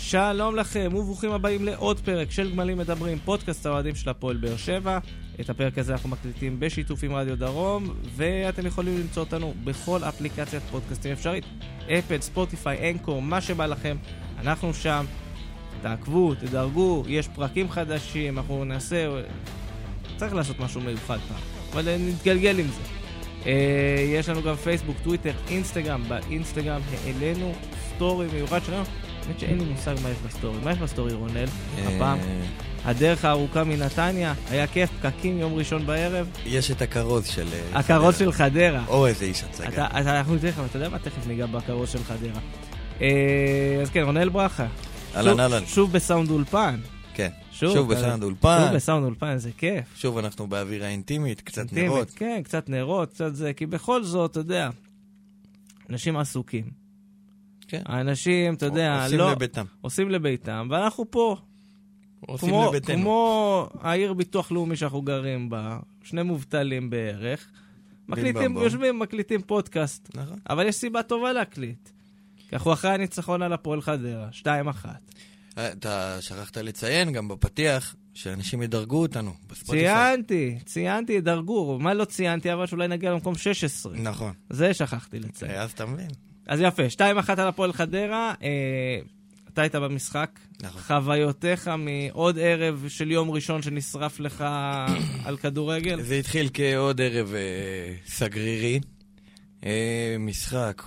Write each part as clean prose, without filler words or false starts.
שלום לכם וברוכים הבאים לעוד פרק של גמלים מדברים, פודקאסט האוהדים של הפועל באר שבע. את הפרק הזה אנחנו מקליטים בשיתוף עם רדיו דרום, ואתם יכולים למצוא אותנו בכל אפליקציית פודקאסטים אפשרית, אפל, ספוטיפיי, אנקור, מה שבא לכם, אנחנו שם. תעקבו, תדרגו, יש פרקים חדשים, אנחנו נעשה, צריך לעשות משהו מיוחד פעם, אבל נתגלגל עם זה. יש לנו גם פייסבוק, טוויטר, אינסטגרם. באינסטגרם העלינו סטורי מיוחד שלנו. באמת שאין לי מושג מה יש בסטורי. מה יש בסטורי, רונל? הפעם הדרך הארוכה מנתניה, היה כיף, פקקים יום ראשון בערב. יש את הקרוז של הקרוז של חדרה. או איזה איש הצגה. אנחנו ניתן לך, אתה יודע מה? תכף ניגע בקרוז של חדרה. אז כן, רונל ברכה. אהלן. שוב בסאונד אולפן. כן, שוב בסאונד אולפן. שוב בסאונד אולפן, זה כיף. שוב אנחנו באווירה אינטימית, קצת נרות. כן, קצת נרות, קצת זה, כי בכל זאת, אתה יודע, אנשים עסוקים. כן. האנשים, אתה יודע, עושים לא... לביתם. עושים לביתם, ואנחנו פה. עושים לביתנו. כמו העיר ביטוח לאומי שאנחנו גרים בה, שני מובטלים בערך. מקליטים, יושבים, מקליטים פודקאסט. נכון. אבל יש סיבה טובה להקליט. כי אנחנו אחרי הניצחון על הפועל חדרה, 2-1. אתה שכחת לציין גם בפתיח שאנשים ידרגו אותנו בספוטיפיי. ציינתי, ידרגו. מה לא ציינתי, אבל שאולי נגיע למקום 16. נכון. זה שכחתי לציין. אז אתה מבין. אז יפה, 2-1 על הפועל חדרה. אתה היית במשחק. נכון. חוויותיך מעוד ערב של יום ראשון שנשרף לך על כדורגל? זה התחיל כעוד ערב סגרירי. משחק,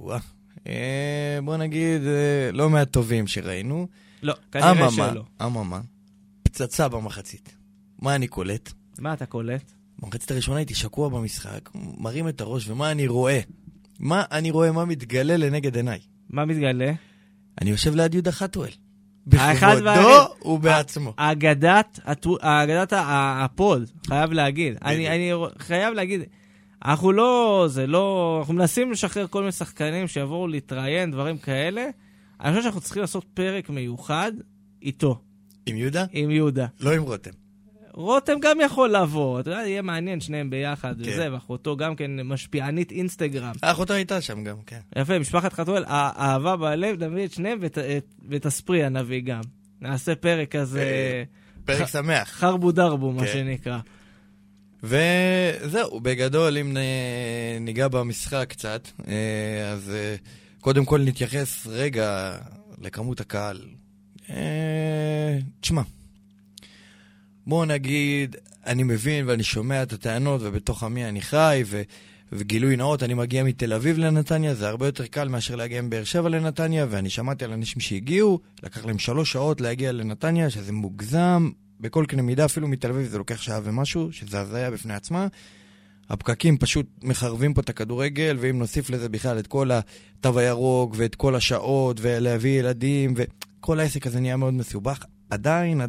בוא נגיד, לא מהטובים שראינו. לא, כנראה שלא. אממה, פצצה במחצית. מה אני קולט? מה אתה קולט? במחצית הראשונה הייתי שקוע במשחק, מרים את הראש, ומה אני רואה? מה מתגלה לנגד עיניי? מה מתגלה? אני יושב ליד יהודה חתואל. בכבודו ובעצמו. אגדת הפוד, חייב להגיד. אני חייב להגיד, אנחנו אנחנו מנסים לשחרר כל מיני שחקנים שיבואו להתראיין, דברים כאלה. אני חושב שאנחנו צריכים לעשות פרק מיוחד איתו. עם יהודה? עם יהודה. לא עם רותם. רותם גם יכול לבוא, אתה יודע, יהיה מעניין שניהם ביחד, כן. וזה, ואחותו גם כן משפיענית אינסטגרם. אחותו הייתה שם גם, כן. יפה, משפחת חתואל, האהבה בלב, נביא את שניהם, ואת הספרי הנביא גם. נעשה פרק כזה... פרק שמח. חרבו דרבו, מה שנקרא. וזהו, בגדול, אם ניגע במשחק קצת, אז קודם כל נתייחס רגע לכמות הקהל. תשמע, בוא נגיד, אני מבין ואני שומע את הטענות, ובתוך עמי אני חי, וגילוי נאות, אני מגיע מתל אביב לנתניה, זה הרבה יותר קל מאשר להגיע מבאר שבע לנתניה, ואני שמעתי על אנשים שהגיעו, לקח להם 3 שעות להגיע לנתניה, שזה מוגזם, בכל קנה מידה, אפילו מתל אביב זה לוקח שעה ומשהו, שזה הזיה בפני עצמה. הפקקים פשוט מחרבים פה את הכדורגל, ואם נוסיף לזה בכלל את כל התו הירוק, ואת כל השעות, ולהביא ילדים, וכל העסק הזה נהיה מאוד מסובך. עדיין,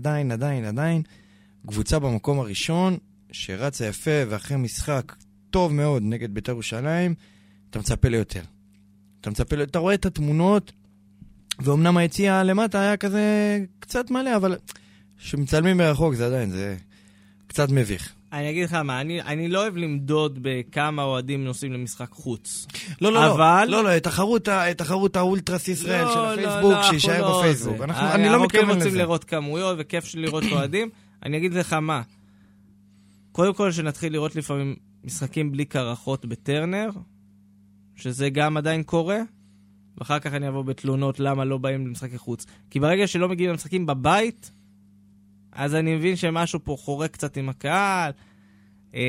קבוצה במקום הראשון, שרצה יפה, ואחרי משחק טוב מאוד נגד בית"ר ירושלים, אתה מצפה ליותר. אתה רואה את התמונות, ואומנם היציאה למטה היה כזה קצת מלא, אבל שמצלמים מרחוק זה עדיין, זה קצת מביך. אני אגיד לך מה, אני לא אוהב למדוד בכמה אוהדים נוסעים למשחק חוץ. לא, תחרות האולטרס ישראל של הפייסבוק, שישאר בפייסבוק. אני לא מתכוון לזה. אנחנו רוצים לראות כמויות, וכיף לראות אוהדים. אני אגיד לך מה, קודם כל שנתחיל לראות לפעמים משחקים בלי קרחות בטרנר, שזה גם עדיין קורה, ואחר כך אני אבוא בתלונות למה לא באים למשחקי חוץ. כי ברגע שלא מגיעים למשחקים בבית, אז אני מבין שמשהו פה חורק קצת עם הקהל. אני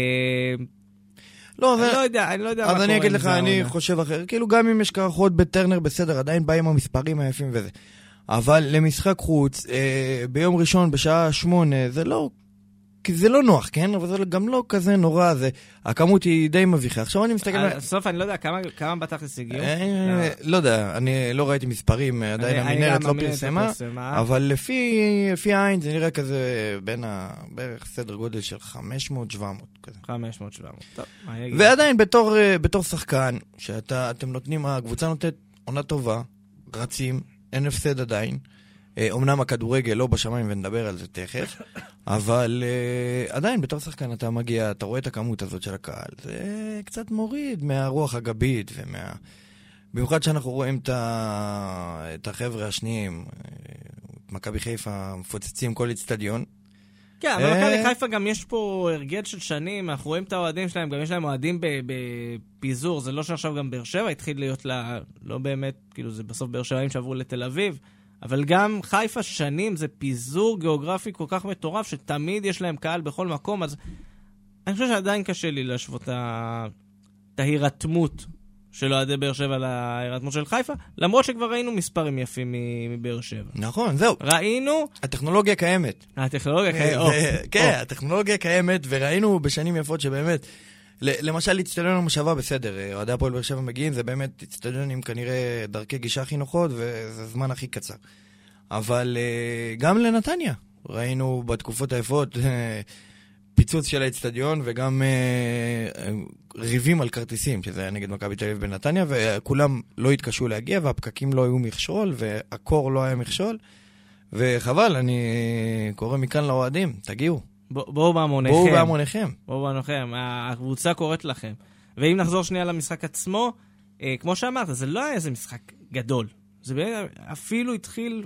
לא יודע מה קורה. אז אני אגיד לך, אני חושב אחר. כאילו גם אם יש קרחות בטרנר בסדר, עדיין באים המספרים היפים וזה. אבל למשחק חוץ, ביום ראשון בשעה 8, זה לא... כי זה לא נוח, כן? אבל זה גם לא כזה נורא, הכמות היא די מביכה. עכשיו אני מסתכל... סוף, אני לא יודע, כמה בתכלס הגיעו? לא יודע, אני לא ראיתי מספרים, עדיין המנהרת לא פרסמה, אבל לפי העין זה נראה כזה בין בערך סדר גודל של 500-700 כזה. 500-700, טוב, מה יגיד? ועדיין בתור שחקן, שאתם נותנים, הקבוצה נותנת עונה טובה, רצים, אין הפסד עדיין, אמנם הכדורגל לא בשמיים ונדבר על זה תכף, אבל עדיין בתור שחקן אתה מגיע, אתה רואה את הכמות הזאת של הקהל, זה קצת מוריד מהרוח הגבית במיוחד שאנחנו רואים את החבר'ה השניים, מכבי חיפה מפוצצים כל אצטדיון. כן, אבל מכבי חיפה גם יש פה הרגל של שנים, אנחנו רואים את האוהדים שלהם, גם יש להם אוהדים בפיזור, זה לא שעכשיו גם באר שבע התחיל להיות לה, לא באמת, כאילו זה בסוף באר שבעים שעברו לתל אביב, אבל גם חיפה שנים זה פיזור גיאוגרפי כל כך מטורף, שתמיד יש להם קהל בכל מקום, אז אני חושב שעדיין קשה לי להשוות את ההירתמות של אוהדי באר שבע להירתמות של חיפה, למרות שכבר ראינו מספרים יפים מבאר שבע. נכון, זהו. ראינו... הטכנולוגיה קיימת. הטכנולוגיה קיימת. כן, הטכנולוגיה קיימת, וראינו בשנים יפות שבאמת, למשל, אצטדיון המושבה בסדר, אוהדי הפועל באר שבע מגיעים, זה באמת אצטדיון עם כנראה דרכי גישה הכי נוחות, וזה זמן הכי קצר. אבל גם לנתניה, ראינו בתקופות היפות פיצוץ של האצטדיון, וגם ריבים על כרטיסים, שזה היה נגד מכבי תל אביב בנתניה, וכולם לא התקשו להגיע, והפקקים לא היו מכשול, והקור לא היה מכשול, וחבל, אני קורא מכאן לאוהדים, תגיעו. בואו בהמוניכם. בואו בהמוניכם. בואו בהמוניכם, הקבוצה קוראת לכם. ואם נחזור שנייה למשחק עצמו, כמו שאמרת, זה לא היה איזה משחק גדול. זה אפילו התחיל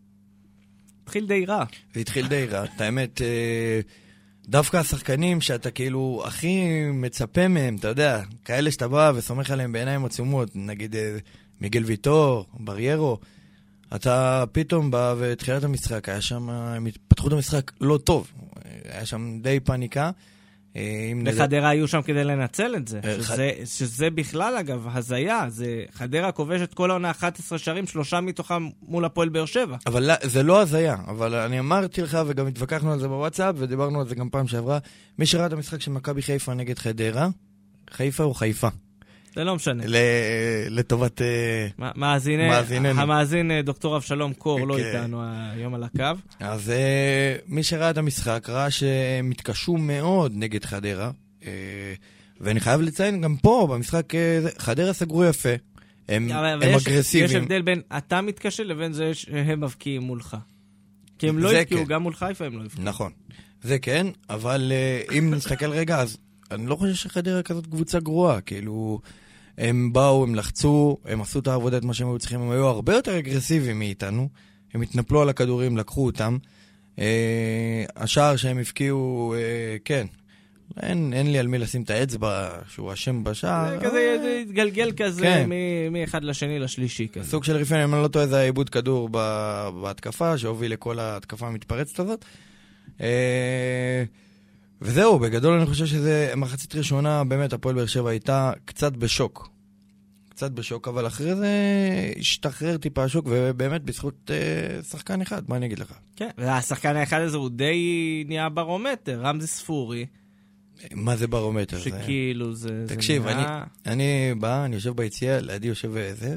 די רע. זה התחיל די רע. את האמת, דווקא השחקנים שאתה כאילו הכי מצפה מהם, אתה יודע, כאלה שאתה בא וסומך עליהם בעיניים עצומות, נגיד מיגל ויטור, בריירו, אתה פתאום בא ותחילת המשחק, היה שם, פתחו את המשחק לא טוב, היה שם די פאניקה. וחדרה היו שם כדי לנצל את זה, שזה בכלל אגב הזיה, זה חדרה כובשת כל העונה 11 שערים, 3 מתוכם מול הפועל באר שבע. אבל זה לא הזיה, אבל אני אמרתי לך וגם התווכחנו על זה בוואטסאפ ודיברנו על זה גם פעם שעברה, מי שראה את המשחק של מכבי חיפה נגד חדרה, חיפה או חיפה? זה לא משנה. לטובת מאזיננו. המאזין דוקטור אבשלום קור לא איתנו היום על הקו. אז מי שראה את המשחק ראה שהם התקשו מאוד נגד חדרה, ואני חייב לציין גם פה במשחק חדרה סגרו יפה, הם אגרסיביים. יש הבדל בין אתה מתקשה לבין זה שהם מבקיעים מולך. כי הם לא הבקיעו, גם מול חיפה הם לא הבקיעו. נכון, זה כן, אבל אם נסתכל רגע, אז אני לא חושב שחדרה כזאת קבוצה גרועה, כאילו הם באו, הם לחצו, הם עשו את העבודה, את מה שהם היו צריכים, הם היו הרבה יותר אגרסיביים מאיתנו, הם התנפלו על הכדורים, לקחו אותם, השער שהם הפקיעו, כן, אין לי על מי לשים את האצבע שהוא אשם בשער. זה כזה התגלגל כזה מאחד לשני לשלישי כזה. סוג של ריפן, אם אני לא טועה, זה העיבוד כדור בהתקפה, שהוביל לכל ההתקפה המתפרצת הזאת. וזהו, בגדול אני חושב שזה מחצית ראשונה, באמת הפועל באר שבע הייתה קצת בשוק. אבל אחרי זה השתחרר טיפה השוק, ובאמת בזכות שחקן אחד, מה אני אגיד לך? כן, והשחקן האחד הזה הוא די נהיה ברומטר, רמזי ספורי. מה זה ברומטר? שכאילו זה... תקשיב, אני בא, אני יושב ביציאה, לידי יושב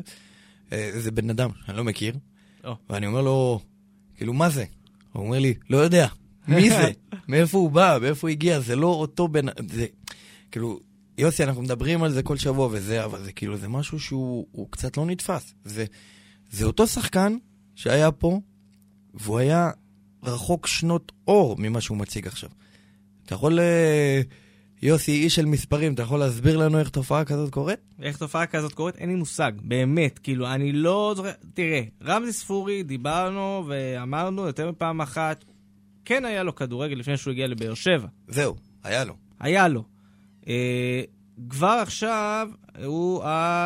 זה בן אדם, אני לא מכיר, ואני אומר לו, כאילו, מה זה? הוא אומר לי, לא יודע. מי זה? מאיפה הוא בא? מאיפה הוא הגיע? זה לא אותו בן... זה... כאילו, יוסי, אנחנו מדברים על זה כל שבוע וזה, אבל זה כאילו, זה משהו שהוא קצת לא נתפס. זה אותו שחקן שהיה פה, והוא היה רחוק שנות אור ממה שהוא מציג עכשיו. אתה יכול... יוסי, איש של מספרים, אתה יכול להסביר לנו איך תופעה כזאת קורית? איך תופעה כזאת קורית? אין לי מושג, באמת. כאילו, אני לא... תראה, רמזי ספורי, דיברנו ואמרנו יותר מפעם אחת, כן היה לו כדורגל לפני שהוא הגיע לבאר שבע. זהו, היה לו. כבר עכשיו הוא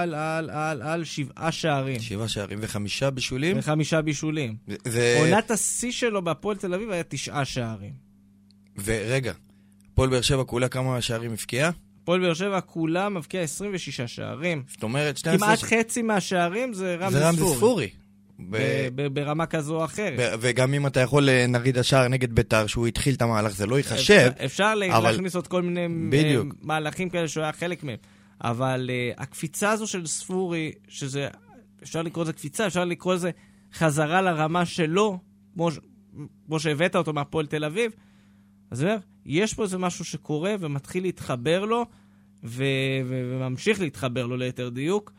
על 7 שערים. 7 שערים ו5 בישולים? ו5 בישולים. עונת השיא שלו בהפועל תל אביב היה 9 שערים. ורגע, הפועל באר שבע כולה כמה שערים הפקיע? הפועל באר שבע כולה מבקיע 26 שערים. זאת אומרת, כמעט חצי מהשארים זה רמזי ספורי. ברמה כזו או אחרת. וגם אם אתה יכול נריד השער נגד ביתר, שהוא התחיל את המהלך, זה לא ייחשב. אפשר להכניס עוד כל מיני מהלכים כאלה שהוא היה חלק מהם. אבל הקפיצה הזו של ספורי, שזה, אפשר לקרוא לזה קפיצה, אפשר לקרוא לזה חזרה לרמה שלו, כמו שהבאת אותו מהפועל תל אביב, אז יש פה איזה משהו שקורה ומתחיל להתחבר לו, וממשיך להתחבר לו ליתר דיוק.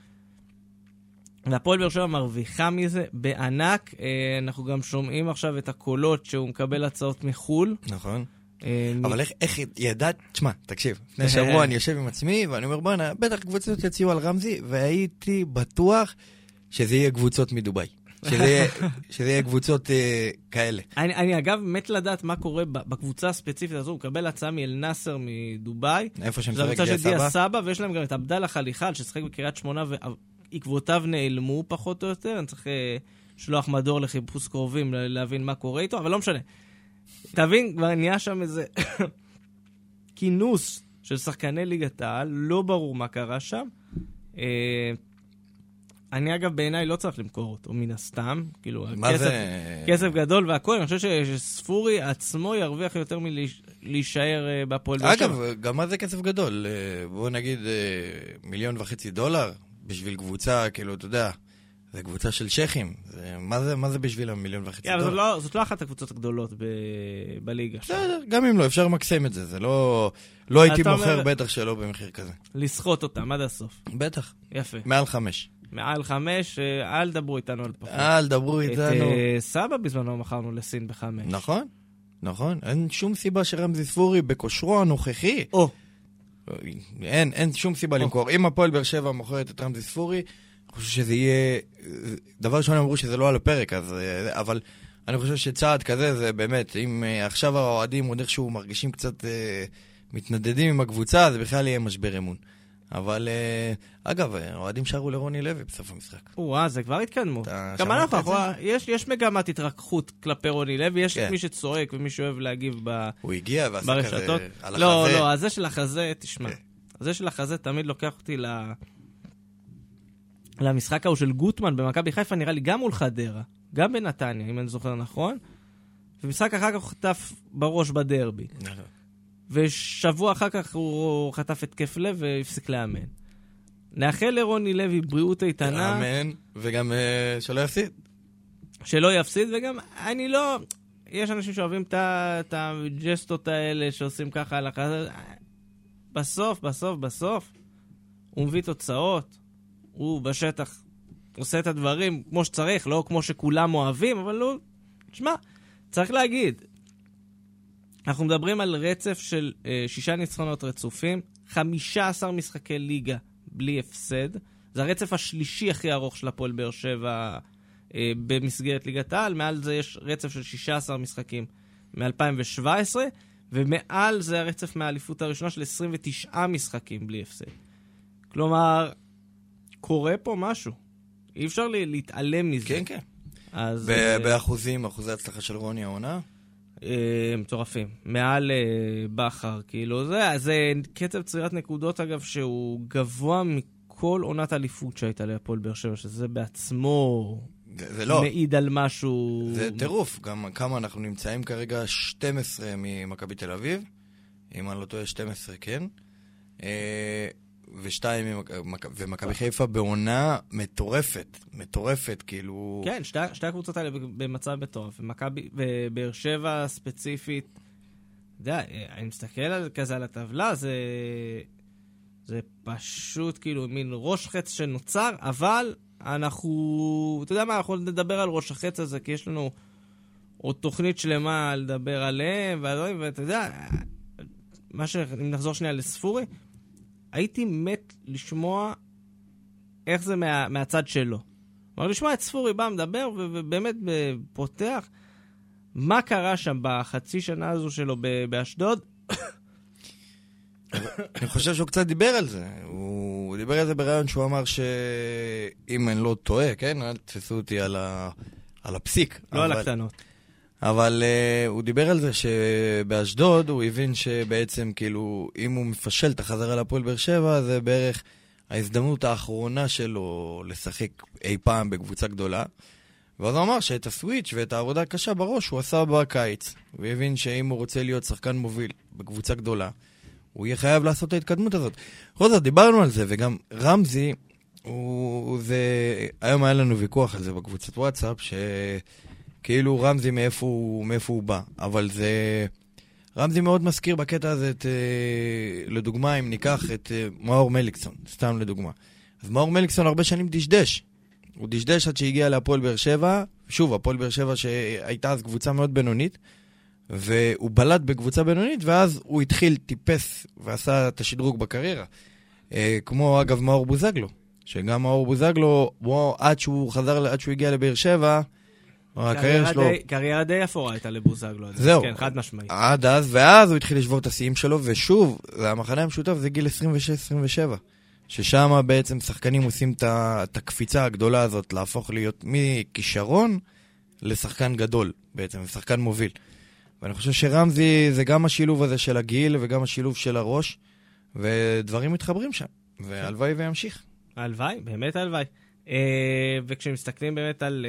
והפועל באר שבע מרוויחה מזה בענק. אנחנו גם שומעים עכשיו את הקולות שהוא מקבל הצעות מחול. נכון. אבל איך ידעת, תשמע, תקשיב, לפני שבוע אני יושב עם עצמי, ואני אומר, בוא'נה, בטח קבוצות יציעו על רמזי, והייתי בטוח שזה יהיה קבוצות מדוביי. שזה יהיה קבוצות כאלה. אני אגב מת לדעת מה קורה בקבוצה הספציפית הזו, הוא מקבל הצעה מאל נאסר מדוביי. איפה שמשחק דיה סבא. זו הקבוצה של דיה סבא, ויש להם גם את עבדאללה חליחל, ששחק בקריית שמונה, ועקבותיו נעלמו פחות או יותר, אני צריך לשלוח מדור לחיפוש קרובים, להבין מה קורה איתו, אבל לא משנה. תבין, כבר נהיה שם איזה כינוס של שחקני ליגת העל, לא ברור מה קרה שם. אני אגב בעיניי לא צריך למכור אותו, מן הסתם, כאילו, כסף גדול והכל, אני חושב שספורי עצמו ירוויח יותר מלהישאר בפועל באר שבע. אגב, גם מה זה כסף גדול? בוא נגיד $1.5 מיליון בשביל קבוצה, כאילו, אתה יודע, זה קבוצה של שכים. מה זה בשביל $1.5 מיליון? זאת לא אחת הקבוצות הגדולות בליגה. בסדר, גם אם לא, אפשר למקסם את זה. זה לא הייתי מוכר, בטח שלא במחיר כזה. לסחוט אותם עד הסוף. בטח. יפה. מעל 5. מעל 5, אל דברו איתנו על פחות. אל דברו איתנו. את סבא בזמנו מכרנו לסין ב5. נכון. אין שום סיבה שרמזי ספורי בכושרו הנוכחי. אין שום סיבה למכור. אם הפועל באר שבע מוכרת את רמזי ספורי, אני חושב שזה יהיה... דבר ראשון אמרו שזה לא על הפרק, אבל אני חושב שצעד כזה זה באמת, אם עכשיו האוהדים עוד איכשהו מרגישים קצת מתנדדים עם הקבוצה, זה בכלל יהיה משבר אמון. אבל, אגב, האוהדים שרו לרוני לוי בסוף המשחק. זה כבר התקדמו. גם אנחנו, יש מגמת התרככות כלפי רוני לוי, יש מי שצועק ומי שאוהב להגיב ברשתות. הוא הגיע ועשה כזה על החזה. לא, הזה של החזה, תשמע. הזה של החזה תמיד לוקח אותי למשחק ההוא של גוטמן במכבי חיפה, נראה לי גם מול חדרה, גם בנתניה, אם אני זוכר נכון. ומשחק אחר כך הוא חטף בראש בדרבי. ושבוע אחר כך הוא חטף התקף לב והפסיק לאמן. נאחל לרוני לוי בריאות איתנה. אמן, וגם שלא יפסיד. שלא יפסיד, וגם אני לא... יש אנשים שאוהבים את הג'סטות האלה שעושים ככה על החזה. בסוף, הוא מביא תוצאות. הוא בשטח עושה את הדברים כמו שצריך, לא כמו שכולם אוהבים, אבל לא... תשמע, צריך להגיד... אנחנו מדברים על רצף של 6 ניצחונות רצופים, 15 משחקי ליגה בלי הפסד. זה הרצף השלישי הכי ארוך של הפועל באר שבע במסגרת ליגת העל. מעל זה יש רצף של 16 משחקים מ-2017, ומעל זה הרצף מהאליפות הראשונה של 29 משחקים בלי הפסד. כלומר, קורה פה משהו. אי אפשר להתעלם מזה. כן. באחוזים, אחוזי הצלחה של רוני העונה? מטורפים. מעל בחר, כאילו. זה קצב צבירת נקודות, אגב, שהוא גבוה מכל עונת אליפות שהייתה להפועל באר שבע, שזה בעצמו מעיד על משהו... זה טירוף. גם כמה אנחנו נמצאים כרגע 12 ממכבי תל אביב. אם אני לא טועה, 12, כן. ומכבי חיפה בעונה מטורפת, כאילו... כן, שתי הקבוצות האלה במצב מטורף. ובאר שבע ספציפית, אני מסתכל כזה על הטבלה, זה פשוט כאילו מין ראש חץ שנוצר, אבל אנחנו, אתה יודע מה, אנחנו נדבר על ראש החץ הזה, כי יש לנו עוד תוכנית שלמה לדבר עליהם, ואתה יודע, אם נחזור שנייה לספורי, הייתי מת לשמוע איך זה מהצד שלו. כלומר, לשמוע את ספורי בא מדבר, ובאמת פותח מה קרה שם בחצי שנה הזו שלו באשדוד. אני חושב שהוא קצת דיבר על זה. הוא דיבר על זה ברעיון שהוא אמר שאם אני לא טועה, כן? אל תפסו אותי על הפסיק. לא על הקטנות. אבל הוא דיבר על זה שבאשדוד הוא הבין שבעצם כאילו אם הוא מפשל את החזרה לפועל באר שבע זה בערך ההזדמנות האחרונה שלו לשחק אי פעם בקבוצה גדולה. ואז הוא אמר שאת הסוויץ' ואת העבודה הקשה בראש הוא עשה בקיץ. הוא הבין שאם הוא רוצה להיות שחקן מוביל בקבוצה גדולה הוא יהיה חייב לעשות את ההתקדמות הזאת. בכל זאת, דיברנו על זה, וגם רמזי, היום היה לנו ויכוח על זה בקבוצת וואטסאפ, שכאילו רמזי מאיפה הוא בא. אבל רמזי מאוד מזכיר בקטע הזה, לדוגמה, אם ניקח את מאור מליקסון, סתם לדוגמה. אז מאור מליקסון הרבה שנים דשדש. הוא דשדש עד שהגיע להפועל באר שבע, שוב, הפועל באר שבע שהייתה אז קבוצה מאוד בינונית, והוא בלט בקבוצה בינונית, ואז הוא התחיל, טיפס, ועשה את השדרוג בקריירה. כמו, אגב, מאור בוזגלו, שגם מאור בוזגלו, עד שהוא הגיע לבאר שבע, הקריירה שלו... קריירה די אפורה הייתה לבוזגלו. זהו. כן, חד משמעי. עד אז, ואז הוא התחיל לשבור את השיאים שלו, ושוב, המחנה המשותף זה גיל 26-27, ששם בעצם שחקנים עושים את הקפיצה הגדולה הזאת, להפוך להיות מכישרון לשחקן גדול, בעצם, שחקן מוביל. ואני חושב שרמזי זה גם השילוב הזה של הגיל, וגם השילוב של הראש, ודברים מתחברים שם, והלוואי וימשיך. הלוואי, באמת הלוואי. וכשמסתכלים באמת על...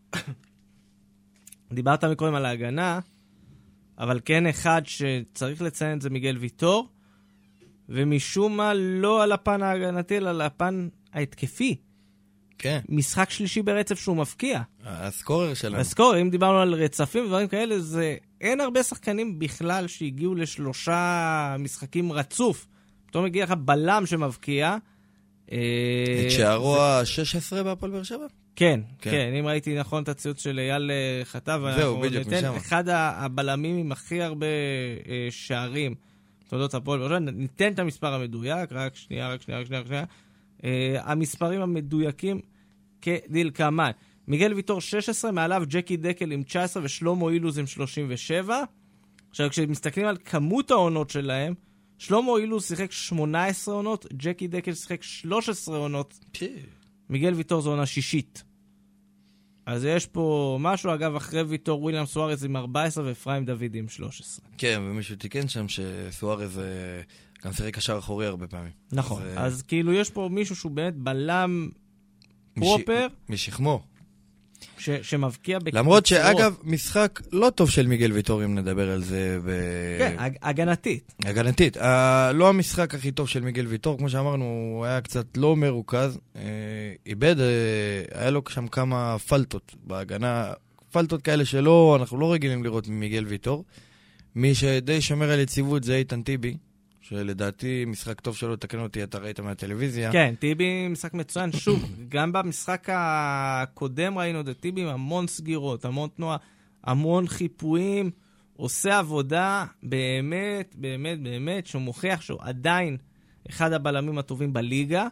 דיברת מקודם על ההגנה, אבל כן אחד שצריך לציין זה מיגל ויטור, ומשום מה לא על הפן ההגנתי, אלא על הפן ההתקפי. כן. משחק שלישי ברצף שהוא מפקיע. הסקורר שלנו. הסקורר, אם דיברנו על רצפים ודברים כאלה, זה... אין הרבה שחקנים בכלל שהגיעו ל3 משחקים רצוף. פתאום מגיע לך בלם שמבקיע. את שערו ה-16 בהפועל באר שבע? כן, כן. אם ראיתי נכון את הציוץ של אייל חטב, זהו, בדיוק משם. אחד הבלמים עם הכי הרבה שערים, תולדות הפועל באר שבע. ניתן את המספר המדויק, רק שנייה. המספרים המדויקים כדלקמן. מיגל ויטור 16, מעליו ג'קי דקל עם 19 ושלמה אילוז עם 37. עכשיו, כשמסתכלים על כמות העונות שלהם, שלמה אילוז שיחק 18 עונות, ג'קי דקל שיחק 13 עונות. מיגל ויטור זו עונה שישית. אז יש פה משהו, אגב, אחרי ויטור וויליאם סוארז עם 14 ואפרים דוד עם 13. כן, ומישהו תיקן שם שסוארז גם שיחק קשר אחורי הרבה פעמים. נכון, אז כאילו יש פה מישהו שהוא באמת בלם פרופר. משכמו. שמבקיע בקצרות. למרות שאגב, משחק לא טוב של מיגל ויטור, אם נדבר על זה. כן, הגנתית. הגנתית. לא המשחק הכי טוב של מיגל ויטור, כמו שאמרנו, הוא היה קצת לא מרוכז. איבד, היה לו שם כמה פלטות בהגנה, פלטות כאלה שלא, אנחנו לא רגילים לראות ממיגל ויטור. מי שדי שומר על יציבות זה איתן טיבי, שלדעתי משחק טוב שלו, תקן אותי, אתה ראית מהטלוויזיה. כן, טיבי משחק מצוין. שוב, גם במשחק הקודם ראינו את טיבי עם המון סגירות, המון תנועה, המון חיפויים, עושה עבודה באמת, באמת, באמת, שהוא מוכיח שהוא עדיין אחד הבלמים הטובים בליגה.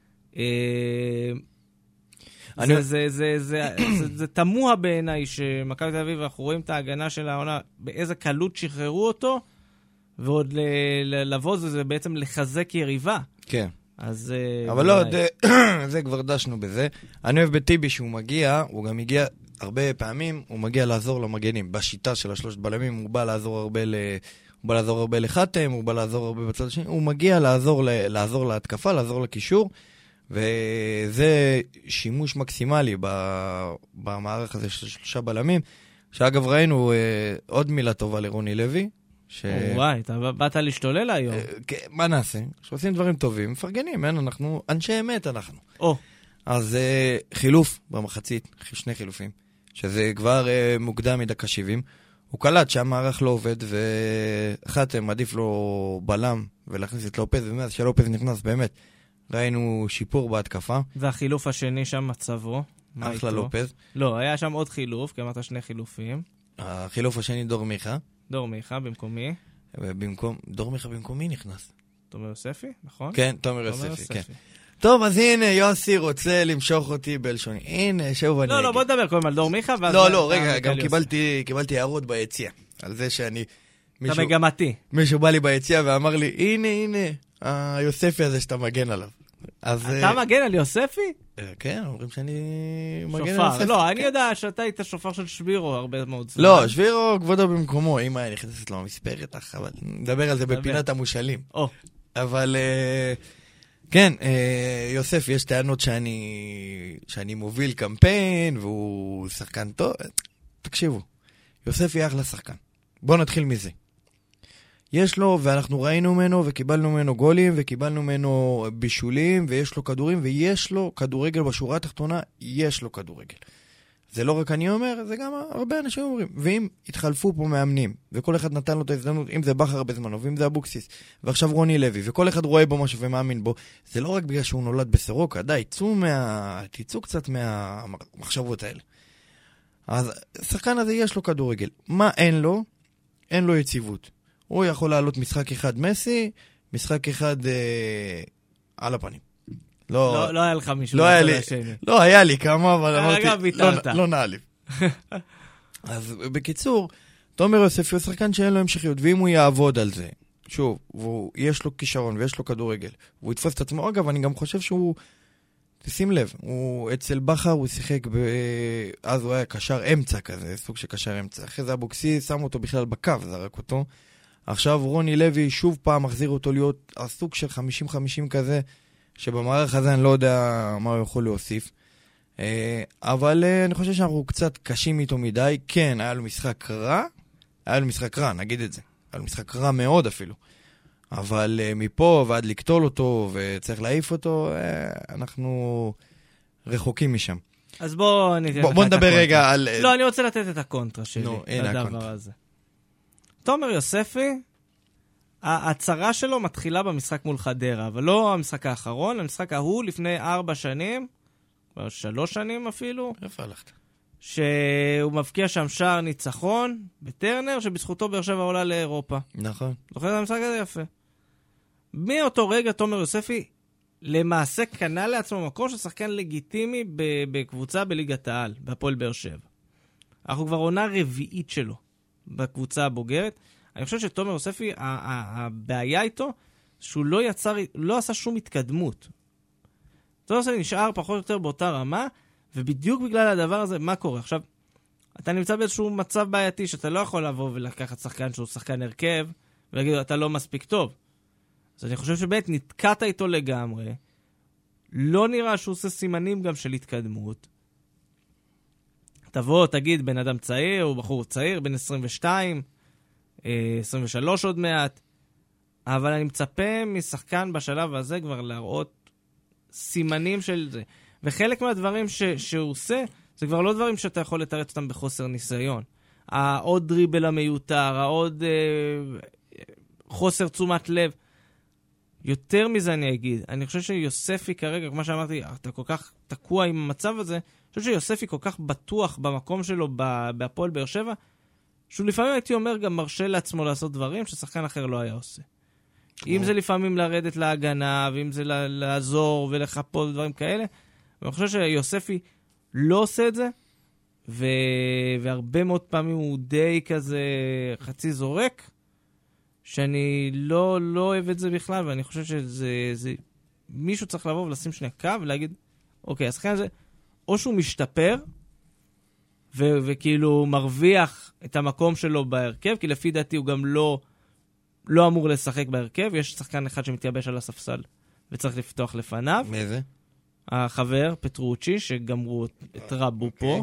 זה תמוה בעיניי שמכבי תל אביב, אנחנו רואים את ההגנה של העונה, באיזה קלות שחררו אותו, ועוד לבוא זה בעצם לחזק יריבה. כן. אז... אבל לא, זה כבר דשנו בזה. אני אוהב בטיבי שהוא מגיע, הוא גם מגיע הרבה פעמים, הוא מגיע לעזור למגנים. בשיטה של השלושת בלמים, הוא בא לעזור הרבה לחתם, הוא בא לעזור הרבה בצד השני, הוא מגיע לעזור להתקפה, לעזור לקישור, וזה שימוש מקסימלי במערך הזה של 3 בלמים, שאגב ראינו עוד מילה טובה לרוני לוי, וואי, אתה באת להשתולל היום. מה נעשה? שעושים דברים טובים, מפרגנים, אנחנו אנשי אמת אנחנו. אז חילוף במחצית, 2 חילופים, שזה כבר מוקדם מדקה 70, הוא קלט שהמערך לא עובד, וחתם עדיף לו בלם ולהכניס את לופז, ומאז שלופז נכנס באמת, ראינו שיפור בהתקפה. והחילוף השני שם מצבו. אחלה לופז. לא, היה שם עוד חילוף, כי אמרת 2 חילופים. החילוף השני דור מיכה. דור מיכה במקומי. דור מיכה במקומי נכנס. תומר יוספי, נכון? כן, תומר יוספי, כן. טוב, אז הנה, יוסי רוצה למשוך אותי בלשוני. הנה, שוב אני... לא, בוא נדבר קודם על דור מיכה. לא, רגע, גם קיבלתי הערות ביציאה. על זה שאני... אתה מגמתי. מישהו בא לי ביציאה ואמר לי, הנה, היוספי הזה שאתה מגן עליו. אתה מגן על יוספי? כן, אומרים שאני מגן על שופר. יוספי. לא, אני יודע שאתה היית שופר של שבירו הרבה מאוד זמן. לא, שבירו כבודו במקומו. אמא היה נכנסת לו מספרת, אבל נדבר על זה בפינת המושאלים. אבל כן, יוסף, יש טענות שאני מוביל קמפיין, והוא שחקן טוב. תקשיבו, יוסף יהיה אחלה שחקן. בואו נתחיל מזה. יש לו, ואנחנו ראינו ממנו, וקיבלנו ממנו גולים, וקיבלנו ממנו בישולים, ויש לו כדורים, ויש לו כדורגל בשורה התחתונה, יש לו כדורגל. זה לא רק אני אומר, זה גם הרבה אנשים אומרים. ואם התחלפו פה מאמנים, וכל אחד נתן לו את ההזדמנות, אם זה בחר בזמנו, ואם זה אבוקסיס, ועכשיו רוני לוי, וכל אחד רואה בו משהו ומאמין בו, זה לא רק בגלל שהוא נולד בסורוקה, די, תצאו קצת מהמחשבות האלה. אז השחקן הזה יש לו כדורגל. מה אין לו? אין לו יציבות. הוא יכול לעלות משחק אחד מסי, משחק אחד על הפנים. לא היה לך מישהו. לא, היה לי כמה, אבל אמרתי, לא נעליב. אז בקיצור, תומר יוספי הוא שחקן שאין לו המשכיות, ואם הוא יעבוד על זה, שוב, יש לו כישרון ויש לו כדורגל, והוא יתפוס את עצמו, אגב, אני גם חושב שהוא, תשים לב, הוא אצל בחר, הוא שיחק, אז הוא היה קשר אמצע כזה, סוג של קשר אמצע. אחרי זה אבוקסיס שם אותו בכלל בקו, זרק אותו. עכשיו רוני לוי שוב פעם מחזיר אותו להיות הסוג של 50-50 כזה, שבמערך הזה אני לא יודע מה הוא יכול להוסיף. אבל אני חושב שאנחנו קצת קשים איתו מדי. כן, היה לו משחק רע, נגיד את זה. היה לו משחק רע מאוד אפילו. אבל מפה ועד לקטול אותו וצריך להעיף אותו, אנחנו רחוקים משם. אז בוא נדבר רגע על... לא, אני רוצה לתת את הקונטרה שלי לדבר הזה. תומר יוספי, ההצהרה שלו מתחילה במשחק מול חדרה, אבל לא המשחק האחרון, המשחק ההוא לפני 4 שנים, 3 שנים אפילו. איפה הלכת? שהוא מבקיע שם שער ניצחון בטרנר, שבזכותו באר שבע עולה לאירופה. נכון. זוכר את המשחק הזה יפה. מאותו רגע תומר יוספי למעשה קנה לעצמו מקום של שחקן לגיטימי בקבוצה בליגת העל, בהפועל באר שבע. אנחנו כבר עונה רביעית שלו בקבוצה הבוגרת. אני חושב שתומר יוספי, הבעיה איתו, שהוא לא עשה שום התקדמות. תומר יוספי נשאר פחות או יותר באותה רמה, ובדיוק בגלל הדבר הזה, מה קורה? עכשיו, אתה נמצא באיזשהו מצב בעייתי, שאתה לא יכול לבוא ולקחת שחקן שהוא שחקן הרכב, ולהגיד לו, אתה לא מספיק טוב. אז אני חושב שבאמת נתקעת איתו לגמרי, לא נראה שהוא עושה סימנים גם של התקדמות. תבוא, תגיד, בן אדם צעיר, הוא בחור צעיר, בן 22, 23 עוד מעט, אבל אני מצפה משחקן בשלב הזה כבר להראות סימנים של זה. וחלק מהדברים שהוא עושה, זה כבר לא דברים שאתה יכול לתרץ אותם בחוסר ניסיון. העוד דריבל המיותר, העוד חוסר תשומת לב. יותר מזה אני אגיד, אני חושב שיוספי כרגע, כמו שאמרתי, אתה כל כך תקוע עם המצב הזה, אני חושב שיוספי כל כך בטוח במקום שלו בהפועל באר שבע, שהוא לפעמים הייתי אומר גם מרשה לעצמו לעשות דברים ששחקן אחר לא היה עושה. אם זה לפעמים לרדת להגנה, ואם זה לעזור ולחפות דברים כאלה, ואני חושב שיוספי לא עושה את זה, והרבה מאוד פעמים הוא די כזה חצי זורק, שאני לא אוהב את זה בכלל, ואני חושב שזה מישהו צריך לבוא ולשים שני קו ולהגיד, אוקיי, השחקן הזה, או שהוא משתפר, וכאילו מרוויח את המקום שלו בהרכב, כי לפי דעתי הוא גם לא אמור לשחק בהרכב, יש שחקן אחד שמתייבש על הספסל, וצריך לפתוח לפניו. מי זה? החבר, פטרוצ'י, שגמרו את רבו פה.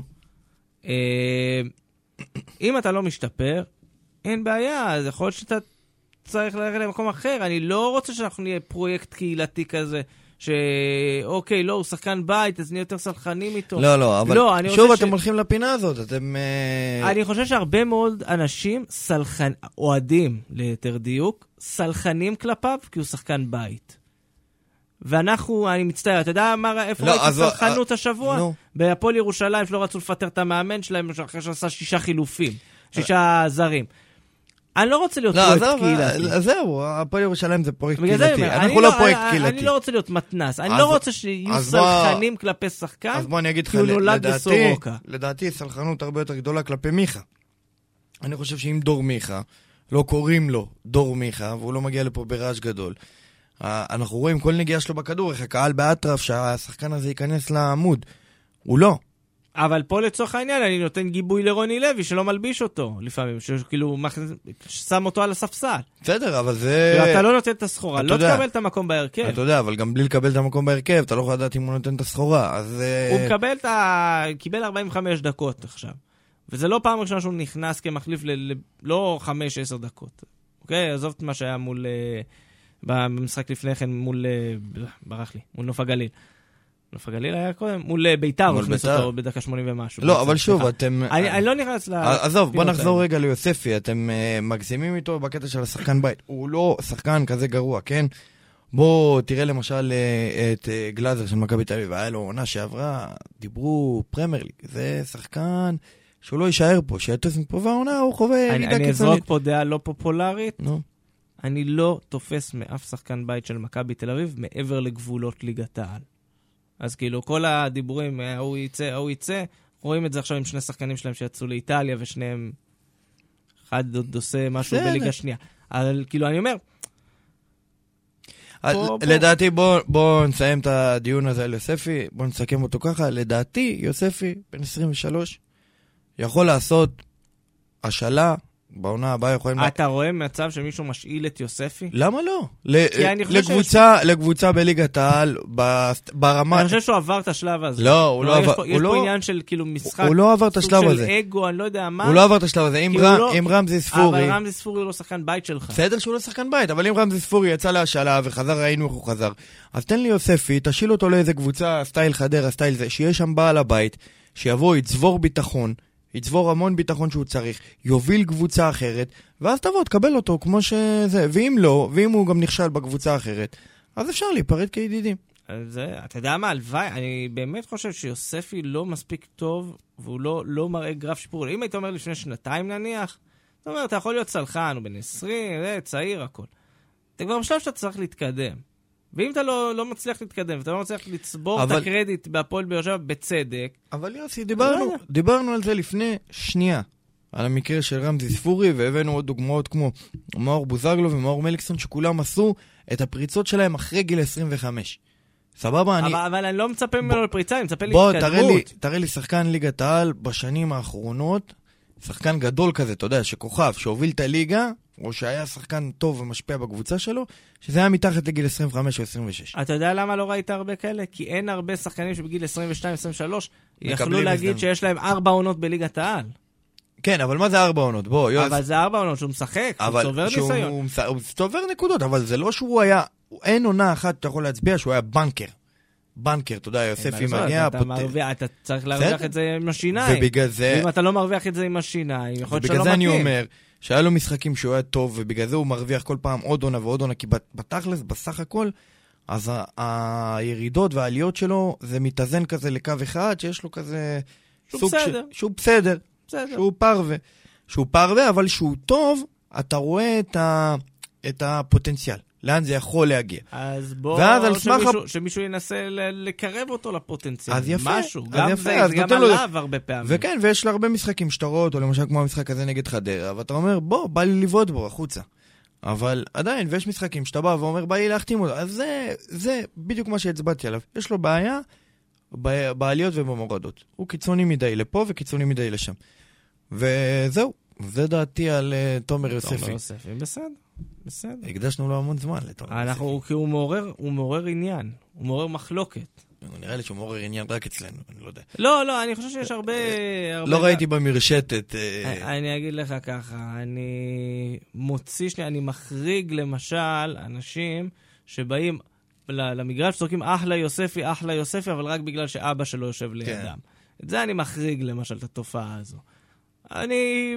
אם אתה לא משתפר, אין בעיה, אז יכול להיות שאתה צריך ללכת למקום אחר. אני לא רוצה שאנחנו נהיה פרויקט קהילתי כזה, שאוקיי, לא, הוא שחקן בית, אז נהיה יותר סלחנים איתו. לא, אבל לא, שוב אתם הולכים לפינה הזאת, אתם... אני חושב שהרבה מאוד אנשים אוהדים, ליתר דיוק, סלחנים כלפיו, כי הוא שחקן בית. ואנחנו, אני מצטער, אתה יודע איפה ראיתי סלחנות השבוע? בהפועל ירושלים שלא רצו לפטר את המאמן שלהם, אחרי שעשה 6 חילופים, 6 זרים. אני לא רוצה להיות פרויקט קהילתי. זהו, הפועל ירושלים זה פרויקט קהילתי. אנחנו לא פרויקט קהילתי. אני לא רוצה להיות מתנס. אני לא רוצה שיהיו סלחנים כלפי שחקן, אז בוא אני אגיד לך, לדעתי סלחנות הרבה יותר גדולה כלפי מיכה. אני חושב שאם דור מיכה, לא קוראים לו דור מיכה, והוא לא מגיע לפה ברעש גדול, אנחנו רואים כל נגיעה שלו בכדור, איך הקהל באטרף שהשחקן הזה ייכנס לעמוד. הוא לא. אבל פה לצורך העניין אני נותן גיבוי לרוני לוי שלא מלביש אותו לפעמים, שכאילו שם אותו על הספסל. בסדר, אבל זה... אתה לא נותן את הסחורה, לא תקבל את המקום בהרכב. אתה יודע, אבל גם בלי לקבל את המקום בהרכב, אתה לא יכול לדעת אם הוא נותן את הסחורה, אז... הוא קיבל 45 דקות עכשיו. וזה לא פעם ראשונה שהוא נכנס כמחליף לא 5-10 דקות. אוקיי? עזוב את מה שהיה מול... במשחק לפני כן מול... ברח לי, מול נוף הגליל. נוף הגליל היה קודם, מול ביתר, הוא הכניס אותו בדקה 80 ומשהו. לא, אבל שוב, אתם... אני לא נכנס ל... עזוב, בוא נחזור רגע ליוספי, אתם מגזימים איתו בקטע של השחקן בית. הוא לא שחקן כזה גרוע, כן? בוא תראה למשל את גלאזר של מכבי תל אביב, היה לו עונה שעברה, דיברו פרמייר ליג, זה שחקן שהוא לא יישאר פה, שיטוס מפה, והעונה הוא חווה ירידה קיצונית. אני אזרוק פה דעה לא פופולרית. נו. אני לא תופס מאף שחקן בית של מכבי תל אביב מעבר לגבולות ליגת העל. אז כאילו, כל הדיבורים, הוא יצא, רואים את זה עכשיו עם שני שחקנים שלהם שיצאו לאיטליה, ושניהם, אחד עוד עושה משהו בליגה שנייה. אבל כאילו, אני אומר, לדעתי, בוא נסיים את הדיון הזה על יוספי, בוא נסכם אותו ככה, לדעתי, יוספי, בן 23, יכול לעשות השאלה, בעונה הבאה יכולים... אתה רואה מצב שמישהו משאיל את יוספי? למה לא? לקבוצה בליגת העל, ברמה... אני חושב שהוא עבר את השלב הזה. לא, הוא לא עבר... יש פה עניין של כאילו משחק... הוא לא עבר את השלב הזה. סוג של אגו, אני לא יודע מה. הוא לא עבר את השלב הזה. אם רמזי ספורי... אבל רמזי ספורי הוא לא שחקן בית שלך. בסדר שהוא לא שחקן בית, אבל אם רמזי ספורי יצא להשאלה וחזר, ראינו איך הוא חזר. אז תן לי יוספי, תשיל אותו לאיזה קבוצה, סטייל חדרה, סטייל זה, שיש שם בעל הבית, שיבוא, יצבור ביטחון, יצבור המון ביטחון שהוא צריך, יוביל קבוצה אחרת, ואז תבוא, תקבל אותו כמו שזה. ואם לא, ואם הוא גם נכשל בקבוצה אחרת, אז אפשר להיפרד כידידים. אתה יודע מה, הלוואי, אני באמת חושב שיוספי לא מספיק טוב, והוא לא מראה גרף שיפור. אם היית אומר לפני שנתיים נניח, זאת אומרת, אתה יכול להיות סלחן, הוא בן 20, צעיר, הכל. אתה כבר בשלב שאתה צריך להתקדם. ואם אתה לא מצליח להתקדם, ואתה לא מצליח לצבור את הקרדיט בהפועל באר שבע בצדק... אבל יוסי, דיברנו על זה לפני שנייה, על המקרה של רמזי ספורי, והבאנו עוד דוגמאות כמו מאור בוזגלו ומאור מליקסון, שכולם עשו את הפריצות שלהם אחרי גיל 25. סבבה, אבל אני לא מצפה ממנו לפריצה, אני מצפה להתקדמות. בוא, תראה לי שחקן ליגת העל בשנים האחרונות, שחקן גדול כזה, אתה יודע, שכוכב, שהוביל את הליגה, או שהיה שחקן טוב ומשפיע בקבוצה שלו, שזה היה מתחת לגיל 25 או 26. אתה יודע למה לא ראית הרבה כאלה? כי אין הרבה שחקנים שבגיל 22-23 יכלו להגיד שיש להם 4 עונות בליגת העל. כן, אבל מה זה 4 עונות? בוא, יוס. אבל זה 4 עונות שהוא משחק, הוא צובר ניסיון. הוא צובר נקודות, אבל זה לא שהוא היה, אין עונה אחת, אתה יכול להצביע שהוא היה בנקר, אתה יודע, יוספי מגיע... אתה צריך להרוויח את זה עם השיניים. ובגלל זה... ואם אתה לא מרוויח את זה עם השיניים, יכול להיות שלא מתאים. ובגלל זה אני אומר, שהיה לו משחקים שהוא היה טוב, ובגלל זה הוא מרוויח כל פעם עוד עונה ועוד עונה, כי בתכלס, בסך הכל, אז הירידות והעליות שלו, זה מתאזן כזה לקו אחד, שיש לו כזה... שהוא בסדר. שהוא פרווה, אבל שהוא טוב, אתה רואה את הפוטנציאל. לאן זה יכול להגיע. אז בוא, שמישהו ינסה לקרב אותו לפוטנציאל. אז יפה. משהו. גם זה, גם עליו הרבה פעמים. וכן, ויש לה הרבה משחקים שאתה רואה אותו, למשל כמו המשחק הזה נגד חדרה, ואתה אומר, בא לי לבעוט בו, החוצה. אבל עדיין, ויש משחקים שאתה בא ואומר, בא לי להחתים אותו. אז זה בדיוק מה שהצבעתי עליו. יש לו בעיה בעליות ובמורדות. הוא קיצוני מדי לפה וקיצוני מדי לשם. וזהו. זה דעתי על תומר יוספי. בסדר. הקדשנו לו המון זמן לתומר יוספי. כי הוא מעורר עניין. הוא מעורר מחלוקת. נראה לי שהוא מעורר עניין רק אצלנו, אני לא יודע. לא, אני חושב שיש הרבה... לא ראיתי במרשתת... אני אגיד לך ככה, אני מחריג למשל אנשים שבאים למגרש וצורקים אחלה יוספי, אבל רק בגלל שאבא שלו יושב לידם. את זה אני מחריג למשל את התופעה הזו. אני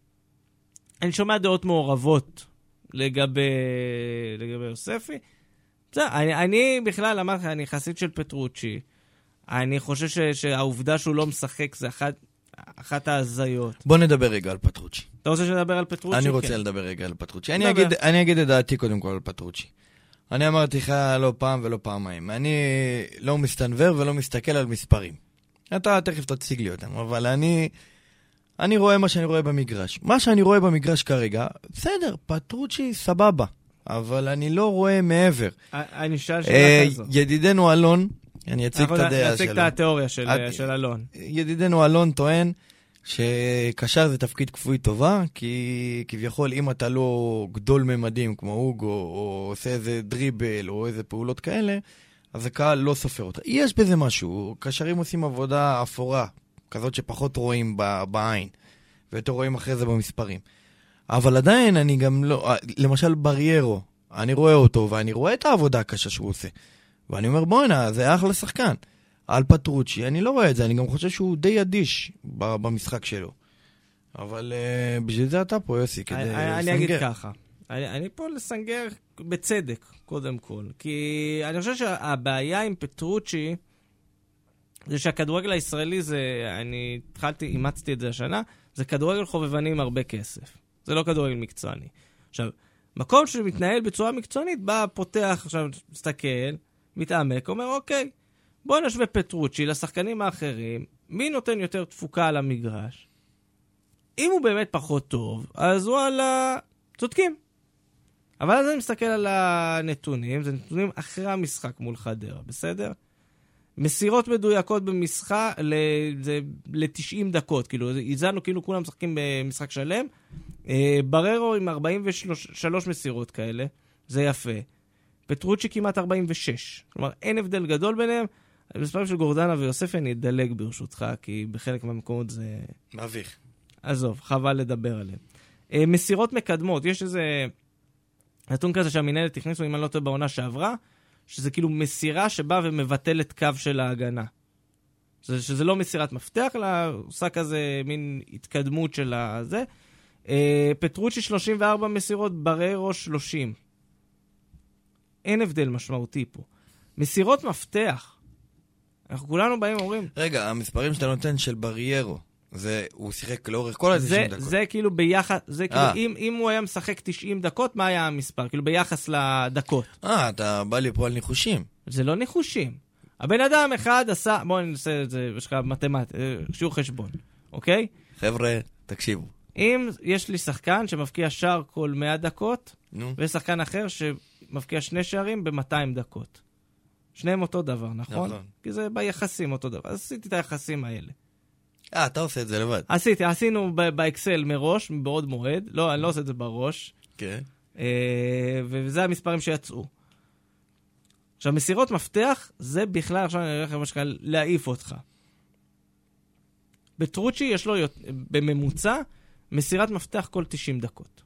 שומע דעות מעורבות לגבי יוספי. אני בכלל אמרתי, אני חסיד של פטרוצ'י. אני חושב שהעובדה שהוא לא משחק זה אחת ההזיות. בוא נדבר רגע על פטרוצ'י. אתה רוצה שנדבר על פטרוצ'י? אני רוצה לדבר רגע על פטרוצ'י. אני אגיד את דעתי קודם כל על פטרוצ'י. אני אמרתי לך לא פעם ולא פעמיים. אני לא מסתנבר ולא מסתכל על מספרים. אתה תכף תציג לי אותם, אבל אני רואה מה שאני רואה במגרש. מה שאני רואה במגרש כרגע, בסדר, פטרוצ'י סבבה, אבל אני לא רואה מעבר. אני שאל שאלה כזו. ידידנו אלון, אני אציג את הדעה שלו. נציג את התיאוריה של אלון. ידידנו אלון טוען שקשר זה תפקיד כפוי טובה, כי כביכול אם אתה לא גדול ממדים כמו אוגו, או עושה איזה דריבל, או איזה פעולות כאלה, אז הקהל לא סופר אותה. יש בזה משהו, קשרים עושים עבודה אפורה, כזאת שפחות רואים בעין, ויותר רואים אחרי זה במספרים. אבל עדיין אני גם לא, למשל בריירו, אני רואה אותו, ואני רואה את העבודה הקשה שהוא עושה. ואני אומר, בוא'נה, זה אחלה שחקן. על פטרוצ'י, אני לא רואה את זה, אני גם חושב שהוא די אדיש במשחק שלו. אבל בשביל זה אתה פה, יוסי, כדי לסנגר. אני אגיד ככה, אני פה לסנגר בצדק, קודם כל. כי אני חושב שהבעיה עם פטרוצ'י, זה שהכדורגל הישראלי אימצתי את זה השנה, זה כדורגל חובבני עם הרבה כסף. זה לא כדורגל מקצועני. עכשיו, מקום שמתנהל בצורה מקצוענית, בא, פותח, עכשיו מסתכל, מתעמק, אומר, אוקיי, בוא נשווה פטרוצ'י לשחקנים האחרים, מי נותן יותר תפוקה על המגרש? אם הוא באמת פחות טוב, אז וואלה, צודקים. אבל אז אני מסתכל על הנתונים, זה נתונים אחרי המשחק מול חדרה, בסדר? מסירות מדויקות במשחק ל-90 דקות, כאילו, איזנו כאילו כולם משחקים במשחק שלם, בררו עם 43 מסירות כאלה, זה יפה. פטרוצ'י כמעט 46, כלומר אין הבדל גדול ביניהם, במספרים של גורדנה ויוסף אני אדלג ברשותך, כי בחלק מהמקומות זה... מביך. עזוב, חבל לדבר עליהם. מסירות מקדמות, יש איזה נתון כזה שהמנהלת הכניסו, אם אני לא טועה בעונה שעברה, שזה כאילו מסירה שבאה ומבטלת קו של ההגנה. שזה לא מסירת מפתח, אלא עושה כזה מין התקדמות של הזה. פטרוצ'י 34 מסירות, בררו 30. אין הבדל משמעותי פה. מסירות מפתח. אנחנו כולנו באים ואומרים... רגע, המספרים שאתה נותן של בריירו, הוא שיחק לאורך כל ה-90 דקות. זה כאילו ביחס, זה כאילו, אם הוא היה משחק 90 דקות, מה היה המספר? כאילו ביחס לדקות. אתה בא לי פה על ניחושים. זה לא ניחושים. הבן אדם אחד עשה, בואו נעשה את זה, יש לך שיעור חשבון, אוקיי? חבר'ה, תקשיבו. אם יש לי שחקן שמפקיע שער כל 100 דקות, ויש שחקן אחר שמפקיע 2 שערים ב-200 דקות. שניהם אותו דבר, נכון? כי זה ביחסים אותו דבר. אז עשיתי את היחסים האלה. אתה עושה את זה לבד. עשינו באקסל מראש, בעוד מועד. לא, אני לא עושה את זה בראש. כן. וזה המספרים שיצאו. עכשיו, מסירות מפתח, זה בכלל, עכשיו אני הולך למשל להעיף אותך. פטרוצ'י יש לו בממוצע מסירת מפתח כל 90 דקות.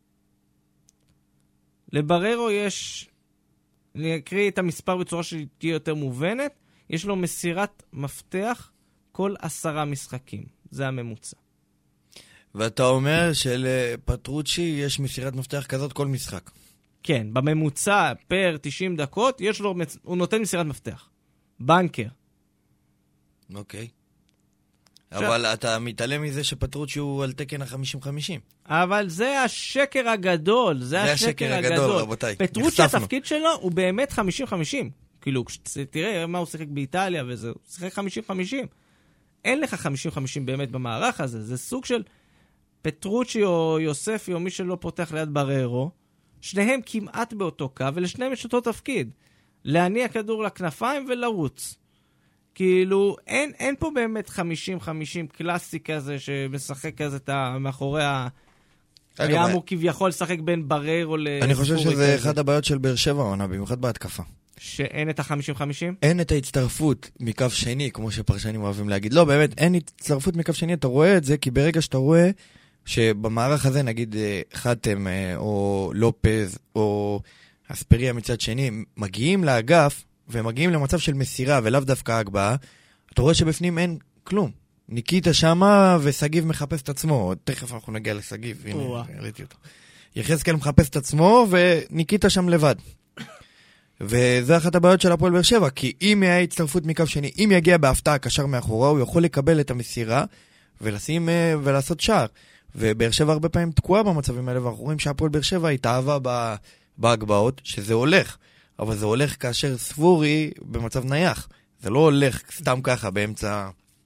לבררו יש, אני אקריא את המספר בצורה שתהיה יותר מובנת, יש לו מסירת מפתח כל 10 משחקים. זה הממוצע. ואתה אומר שלפטרוצ'י יש מסירת מפתח כזאת כל משחק. כן, בממוצע פר 90 דקות, הוא נותן מסירת מפתח. בנקר. אוקיי. אבל אתה מתעלם מזה שפטרוצ'י הוא על תקן ה-50-50. אבל זה השקר הגדול. זה השקר הגדול, רבותיי. פטרוצ'י, התפקיד שלו הוא באמת 50-50. כאילו, תראה מה הוא שיחק באיטליה וזה, הוא שיחק 50-50. אין לך 50-50 באמת במערך הזה. זה סוג של פטרוצ'י או יוספי או מי שלא פותח ליד בררו, שניהם כמעט באותו קו, ולשניהם יש אותו תפקיד. להניע כדור לכנפיים ולרוץ. כאילו, אין פה באמת 50-50 קלאסי כזה, שמשחק כזה מאחורי היה אמור כביכול לשחק בין בררו לספורי. אני חושב שזה אחד הבעיות של באר שבע עונה, במיוחד בהתקפה. שאין את ה-50-50? אין את ההצטרפות מקו שני, כמו שפרשנים אוהבים להגיד. לא, באמת, אין הצטרפות מקו שני, אתה רואה את זה, כי ברגע שאתה רואה שבמערך הזה, נגיד חתם או לופז או אספריה מצד שני, מגיעים לאגף ומגיעים למצב של מסירה ולאו דווקא הגבהה, אתה רואה שבפנים אין כלום. ניקיטה שמה וסגיב מחפש את עצמו. תכף אנחנו נגיע לסגיב, הנה, ראיתי אותו. יחזקאל מחפש את עצמו וניקיטה שם לבד. וזה אחת הבעיות של הפועל באר שבע, כי אם יהיה הצטרפות מקו שני, אם יגיע בהפתעה קשר מאחורה, הוא יכול לקבל את המסירה ולשים ולעשות שער. ובאר שבע הרבה פעמים תקועה במצבים האלה, ואנחנו רואים שהפועל באר שבע התאהבה בהגבהות, שזה הולך. אבל זה הולך כאשר ספורי במצב נייח. זה לא הולך סתם ככה באמצע.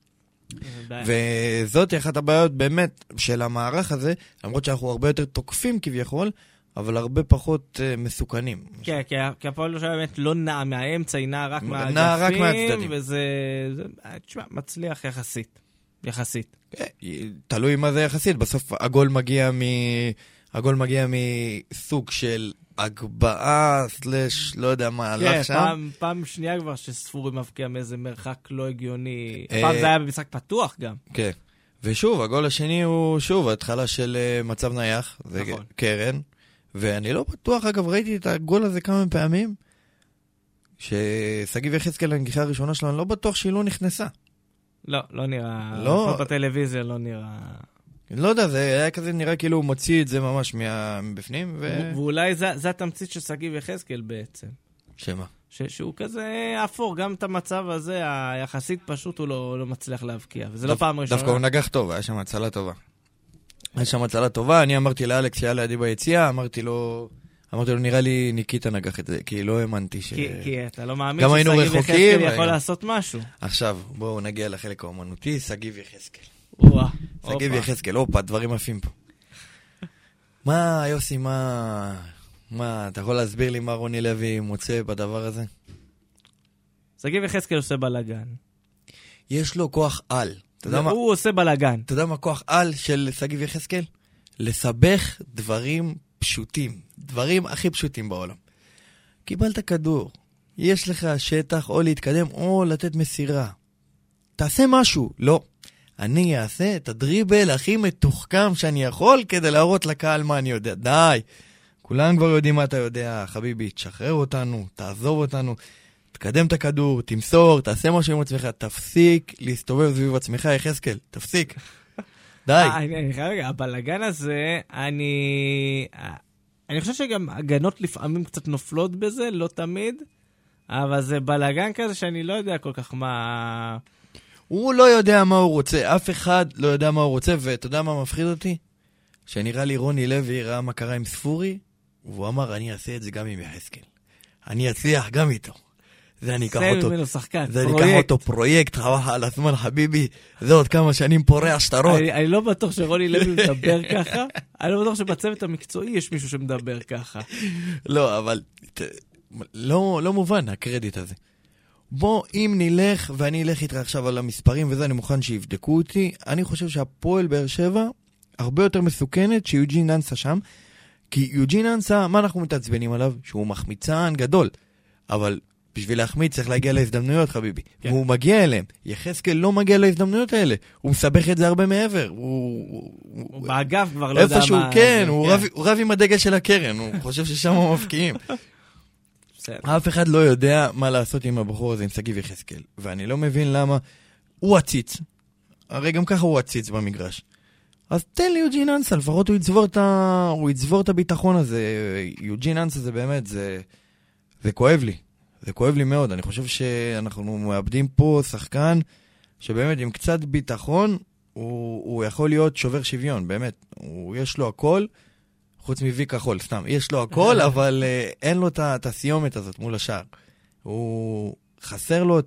וזאת אחת הבעיות באמת של המערך הזה, למרות שאנחנו הרבה יותר תוקפים כביכול, אבל הרבה פחות מסוכנים. כן, כי הפועל באמת לא נע מהאמצע, היא נע רק מהאגפים, וזה תשמע, מצליח יחסית. תלוי מה זה יחסית, בסוף הגול מגיע מסוג של הגבהה סלש, לא יודע מה, הלך שם. פעם שנייה כבר שספורי מבקיע מאיזה מרחק לא הגיוני. פעם זה היה במשחק פתוח גם. כן. ושוב, הגול השני הוא שוב, התחלה של מצב נייח. זה קרן. ואני לא בטוח, אגב, ראיתי את הגול הזה כמה פעמים, שסגיב יחזקאל הנגיחה הראשונה שלו, אני לא בטוח שהיא לא נכנסה. לא נראה. לא. בטלוויזיה לא נראה. לא יודע, זה היה כזה נראה כאילו הוא מוציא את זה ממש מבפנים. ואולי זה התמצית של סגיב יחזקאל בעצם. שמה? שהוא כזה אפור, גם את המצב הזה, היחסית פשוט הוא לא מצליח להבקיע, וזה לא פעם ראשונה. דווקא הוא נגח טוב, היה שם הצלה טובה. אני אמרתי לאלכס שהיה לידי ביציאה, אמרתי לו, נראה לי ניקיטה נגח את זה, כי לא האמנתי כי אתה לא מאמין שסגיב יחזקאל יכול לעשות משהו. עכשיו, בואו נגיע לחלק האומנותי, סגיב יחזקאל. סגיב יחזקאל, דברים עפים פה. מה, יוסי, מה, אתה יכול להסביר לי מה רוני לוי מוצא בדבר הזה? סגיב יחזקאל עושה בלגן. יש לו כוח על. הוא עושה בלגן. אתה יודע מה כוח על של סגיב יחזקאל? לסבך דברים פשוטים. דברים הכי פשוטים בעולם. קיבלת כדור. יש לך שטח או להתקדם או לתת מסירה. תעשה משהו. לא. אני אעשה את הדריבל הכי מתוחכם שאני יכול כדי להראות לקהל מה אני יודע. די. כולם כבר יודעים מה אתה יודע. חביבי, תשחרר אותנו, תעזוב אותנו. תקדם את הכדור, תמסור, תעשה משהו עם עצמך, תפסיק להסתובב סביב עצמך, יחזקאל, תפסיק. די. אני חייב רגע, הבלגן הזה, אני חושב שגם הגנות לפעמים קצת נופלות בזה, לא תמיד, אבל זה בלגן כזה שאני לא יודע כל כך מה... הוא לא יודע מה הוא רוצה, אף אחד לא יודע מה הוא רוצה, ואתה יודע מה מפחיד אותי? שנראה לי רוני לוי ראה מה קרה עם ספורי, והוא אמר, אני אעשה את זה גם עם יחזקאל. אני אצליח גם איתו. זה אני אקח אותו פרויקט, על הזמן חביבי, זה עוד כמה שנים פורע שטרות. אני לא בטוח שרוני לוי מדבר ככה, אני לא בטוח שבצוות המקצועי יש מישהו שמדבר ככה. לא, אבל לא מובן הקרדיט הזה. בוא, אם נלך, ואני אלך איתך עכשיו על המספרים וזה, אני מוכן שיבדקו אותי, אני חושב שהפועל באר שבע הרבה יותר מסוכנת שיוג'ין אנסה שם, כי יוג'ין אנסה, מה אנחנו מתעצבנים עליו? שהוא מחמיצן גדול, אבל... בשביל להחמיץ צריך להגיע להזדמנויות, חביבי. כן. והוא מגיע אליהם. יחזקאל לא מגיע להזדמנויות האלה. הוא מסבך את זה הרבה מעבר. הוא באגף כבר לא יודע מה... איפשהו, כן, הוא רב עם הדגל של הקרן. הוא חושב ששם הוא מפקיעים. אף אחד לא יודע מה לעשות עם הבחור הזה, עם סגיב יחזקאל. ואני לא מבין למה הוא עציץ. הרי גם ככה הוא עציץ במגרש. אז תן לי יוג'ין אנסה, לפחות הוא יצבור את הביטחון הזה. יוג'ין אנסה זה באמת, זה כואב לי. זה כואב לי מאוד, אני חושב שאנחנו מאבדים פה שחקן שבאמת עם קצת ביטחון הוא יכול להיות שובר שוויון, באמת. יש לו הכל, חוץ מווי כחול, סתם. יש לו הכל, אבל אין לו את הסיומת הזאת מול השאר. הוא חסר לו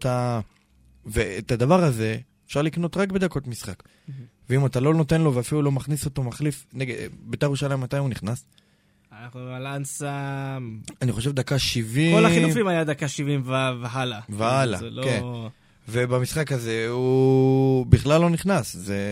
ואת הדבר הזה אפשר לקנות רק בדקות משחק. ואם אתה לא נותן לו ואפילו לא מכניס אותו מחליף, בית"ר ירושלים מתי הוא נכנס? אנחנו על אנסה... אני חושב דקה 70... כל החילופים היה דקה 70 והלאה. והלאה, כן. ובמשחק הזה הוא בכלל לא נכנס.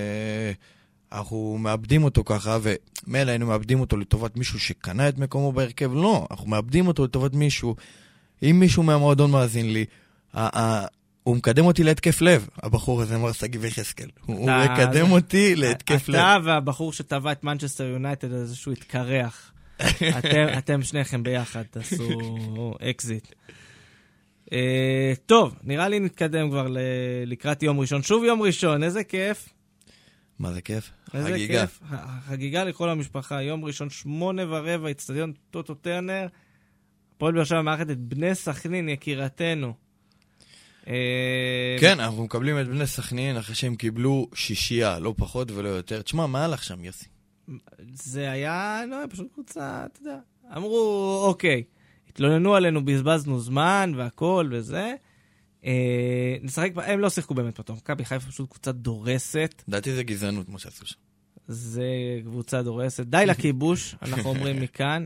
אנחנו מאבדים אותו ככה, ומילא היינו מאבדים אותו לטובת מישהו שקנה את מקומו בהרכב. לא, אנחנו מאבדים אותו לטובת מישהו. אם מישהו מהמועדון מאזין לי, הוא מקדם אותי להתקף לב. הבחור הזה אמר סגיב יחזקאל. הוא מקדם אותי להתקף לב. אתה והבחור שטבע את מנצ'סטר יונייטד איזשהו התקרח. אתם שניכם ביחד תעשו אקזיט. טוב, נראה לי נתקדם כבר לקראת יום ראשון. שוב יום ראשון, איזה כיף. מה זה כיף? חגיגה. חגיגה לכל המשפחה. יום ראשון 8:15, אצטדיון טוטו טרנר. הפועל באר שבע מארחת את בני סכנין, יקירתנו. כן, אנחנו מקבלים את בני סכנין אחרי שהם קיבלו 6, לא פחות ולא יותר. תשמע, מה הלך שם, יוסי? זה היה, לא, פשוט קבוצה, אתה יודע. אמרו, אוקיי, התלוננו עלינו, בזבזנו זמן והכל וזה. נשחק, הם לא שיחקו באמת פתאום. מכבי חיפה פשוט קבוצה דורסת. דעתי זה גזענות, כמו שעשו שם. זה קבוצה דורסת. די לכיבוש, אנחנו אומרים מכאן.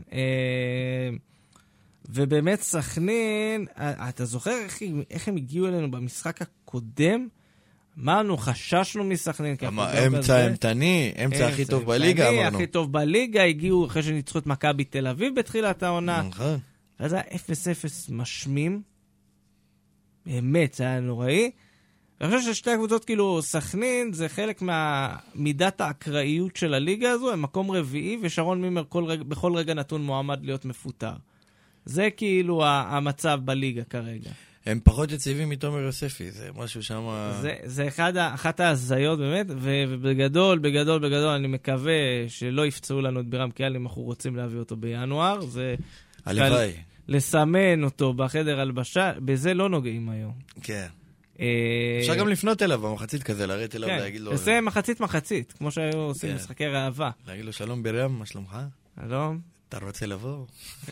ובאמת סכנין, אתה זוכר איך הם הגיעו אלינו במשחק הקודם? אמרנו, חששנו מסכנין. אמצע אמתני, אמצע הכי טוב בליגה, אמרנו. הכי טוב בליגה, הגיעו אחרי שניצחו את מכבי תל אביב בתחילת העונה. נכון. אז היה 0-0 משמים. באמת, זה היה נוראי. אני חושב ששתי הקבוצות, כאילו, סכנין, זה חלק מהמידת האקראיות של הליגה הזו, הם מקום רביעי, ושרון מימר בכל רגע נתון מועמד להיות מפוטר. זה כאילו המצב בליגה כרגע. הם פחות יציבים מתומר יוספי, זה משהו שם... זה אחת ההזיות באמת, ובגדול, אני מקווה שלא יפצעו לנו את בירם קיאל אם אנחנו רוצים להביא אותו בינואר. הלוואי. לסמן אותו בחדר הלבשה, בזה לא נוגעים היום. כן. אפשר גם לפנות אליו במחצית כזה, להראות אליו ולהגיד לו... זה מחצית, כמו שהיו עושים משחקי ראווה. להגיד לו, שלום ברם, מה שלומך? שלום. אתה רוצה לבוא?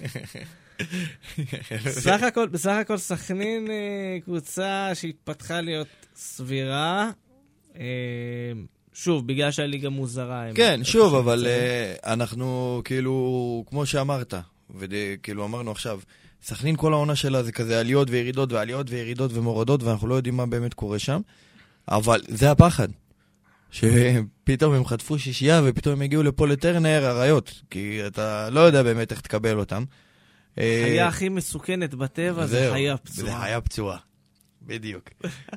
בסך הכל סכנין קבוצה שהתפתחה להיות סבירה, שוב, בגלל שהליגה מוזרה. כן, שוב, אבל אנחנו כאילו, כמו שאמרת, וכאילו אמרנו עכשיו, סכנין כל העונה שלה זה כזה עליות וירידות ועליות וירידות ומורדות, ואנחנו לא יודעים מה באמת קורה שם, אבל זה הפחד. שפתאום הם חטפו שישייה ופתאום הם הגיעו לפה לטרנר הרעיות, כי אתה לא יודע באמת איך תקבל אותם. החיה הכי מסוכנת בטבע זה חיה פצועה. זה חיה פצועה, בדיוק.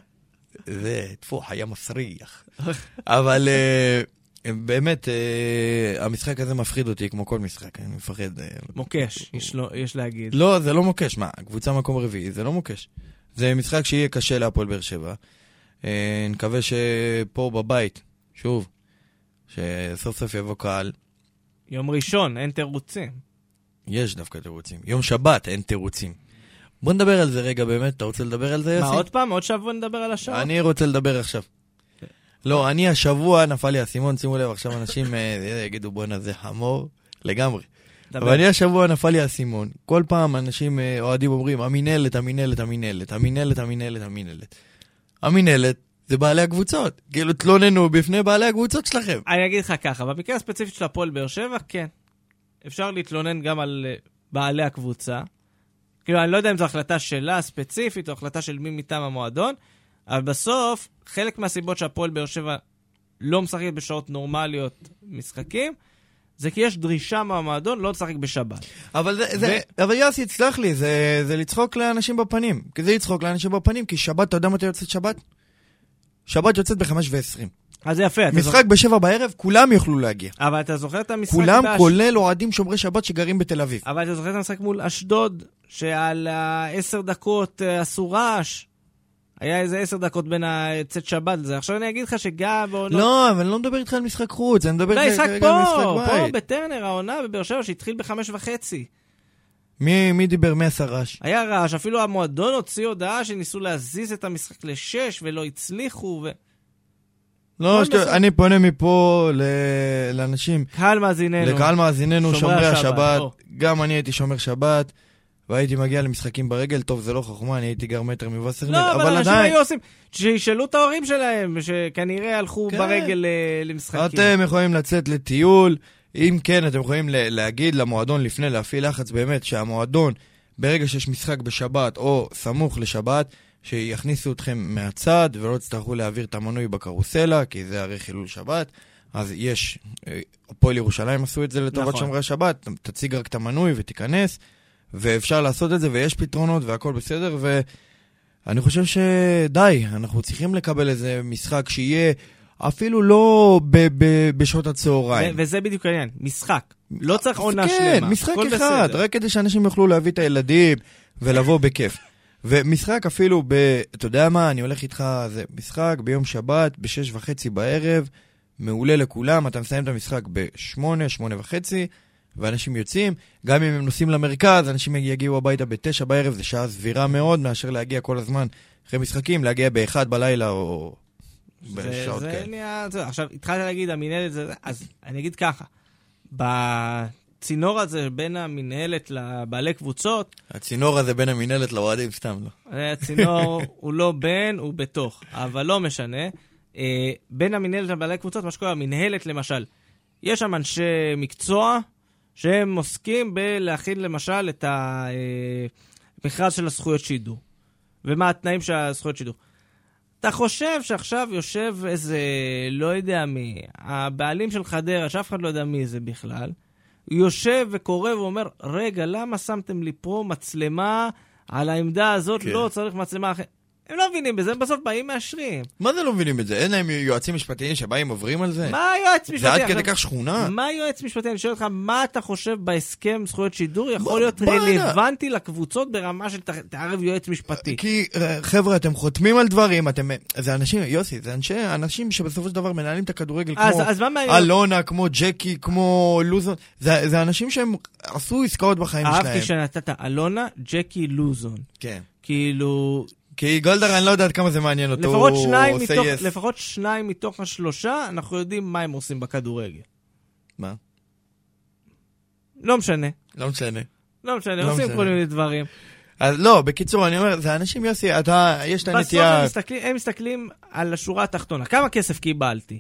זה חיה מסריח. אבל באמת, המשחק הזה מפחיד אותי כמו כל משחק, אני מפחד. מוקש, יש להגיד. לא, זה לא מוקש, מה? קבוצה מקום רביעי, זה לא מוקש. זה משחק שיהיה קשה להפועל באר שבע. נקווה שפה בבית, שוב, שסוף סוף יבוא קהל. יום ראשון, אין תירוצים. יש דווקא תירוצים. יום שבת, אין תירוצים. בוא נדבר על זה רגע באמת, אתה רוצה לדבר על זה, יוסי? מה, עוד פעם? עוד שבוע נדבר על השעה? אני רוצה לדבר עכשיו. לא, אני השבוע נפל לי הסימון, שימו לב, עכשיו אנשים יגידו בואנה זה חמור, לגמרי. אבל אני השבוע נפל לי הסימון. כל פעם אנשים אוהדים אומרים, המינהלת, המינהלת, המינהלת, המינהלת, המינהלת, המינהלת. המינהלת זה בעלי הקבוצות. כאילו תלוננו בפני בעלי הקבוצות שלכם. אני אגיד לך ככה, במקרה הספציפית של הפועל באר שבע, כן. אפשר להתלונן גם על בעלי הקבוצה. כאילו, אני לא יודע אם זו החלטה שלה ספציפית, או החלטה של מי מטעם המועדון, אבל בסוף, חלק מהסיבות שהפועל באר שבע לא משחקת בשעות נורמליות משחקים, זה כי יש דרישה מהמועדון לא לשחק בשבת. אבל יוסי, תסלח לי, זה לצחוק לאנשים בפנים. כי זה לצחוק לאנשים בפנים, כי שבת, אתה יודע מתי יוצאת שבת? שבת יוצאת ב-5:20. אז זה יפה. משחק ב-7 בערב, כולם יוכלו להגיע. אבל אתה זוכר את המשחק... כולם, כולל אוהדים שומרי שבת שגרים בתל אביב. אבל אתה זוכר את המשחק מול אשדוד, שעל 10 דקות עשו רעש, היה איזה 10 דקות בין הצאת שבת לזה. עכשיו אני אגיד לך שגם בעונות... לא, אבל אני לא מדבר איתך על משחק חוץ, אני מדבר איתך על משחק בית. פה, בטרנר, העונה בבאר שבע שהתחיל ב-5:30. מי דיבר? מי עשה רעש? היה רעש, אפילו המועדון הוציא הודעה שניסו להזיז את המשחק ל-6 ולא הצליחו לא, אני פונה מפה לאנשים... קהל מאזיננו. לקהל מאזיננו, שומרי השבת. גם אני הייתי שומר שבת. והייתי מגיע למשחקים ברגל, טוב, זה לא חוכמה, אני הייתי גר מטר מבשרנל, לא, אבל אנשים היו עושים, שישאלו את ההורים שלהם, שכנראה הלכו ברגל למשחקים. אתם יכולים לצאת לטיול, אם כן, אתם יכולים להגיד למועדון לפני, להפעיל לחץ באמת, שהמועדון, ברגע שיש משחק בשבת, או סמוך לשבת, שיכניסו אתכם מהצד, ולא תצטרכו להעביר את המנוי בקרוסלה, כי זה הרי חילול שבת, אז יש, הפועל ירושלים עשו את זה לטובת שומרי השבת, תציג רק את המנוי ותיכנס, ואפשר לעשות את זה, ויש פתרונות, והכל בסדר, ואני חושב שדי, אנחנו צריכים לקבל איזה משחק שיהיה אפילו לא בשעות הצהריים. וזה בדיוק העניין, משחק. לא צריך עונה שלמה. כן, משחק אחד, רק כדי שאנשים יוכלו להביא את הילדים ולבוא בכיף. ומשחק אפילו אתה יודע מה, אני הולך איתך, זה משחק ביום שבת, ב-6:30 בערב, מעולה לכולם, אתה מסיים את המשחק ב-8, 8:30, ואנשים יוצאים, גם אם הם נוסעים למרכז, אנשים יגיעו הביתה ב-9 בערב, זה שעה סבירה מאוד, מאשר להגיע כל הזמן אחרי משחקים, להגיע ב-1 בלילה או בשעות כאלה. עכשיו, התחלת להגיד, המנהלת זה, אז אני אגיד ככה, בצינור הזה בין המנהלת לבעלי קבוצות, הצינור הזה בין המנהלת לאוהדים סתם, לא. הצינור הוא לא בין, הוא בתוך, אבל לא משנה. בין המנהלת לבעלי קבוצות, מה שקורה, המנהלת למשל, יש שם אנשי מקצוע, שהם עוסקים בלהכין למשל את המכרז של הזכויות שידור. ומה התנאים של הזכויות שידור. אתה חושב שעכשיו יושב איזה, לא יודע מי, הבעלים של חדרה, שאף אחד לא יודע מי זה בכלל, הוא יושב וקורא ואומר, רגע, למה שמתם לי פה מצלמה על העמדה הזאת? כן. לא צריך מצלמה אחרת. הם לא מבינים בזה, בסוף באים מאשרים. מה זה לא מבינים בזה? אין להם יועצים משפטיים שבאים עוברים על זה? מה יועץ משפטי? זה עד כדי כך שכונה? מה יועץ משפטי? אני שואל אותך, מה אתה חושב בהסכם זכויות שידור יכול להיות רלוונטי לקבוצות ברמה של תערב יועץ משפטי? כי חבר'ה, אתם חותמים על דברים, זה אנשים, יוסי, זה אנשים שבסופו של דבר מנהלים את הכדורגל כמו אלונה, כמו ג'קי, כמו לוזון, זה אנשים שהם עשו עסקאות בחיים שלהם. אהבתי שנתת אלונה, ג'קי, לוזון. כן. כאילו... כי גולדר, אני לא יודעת כמה זה מעניין אותו. לפחות 2 מתוך 3, אנחנו יודעים מה הם עושים בכדורגל. מה? לא משנה. עושים כל מיני דברים. אז לא, בקיצור, אני אומר, זה אנשים, יוסי, יש להם נטייה... בסוף הם מסתכלים על השורה התחתונה. כמה כסף קיבלתי?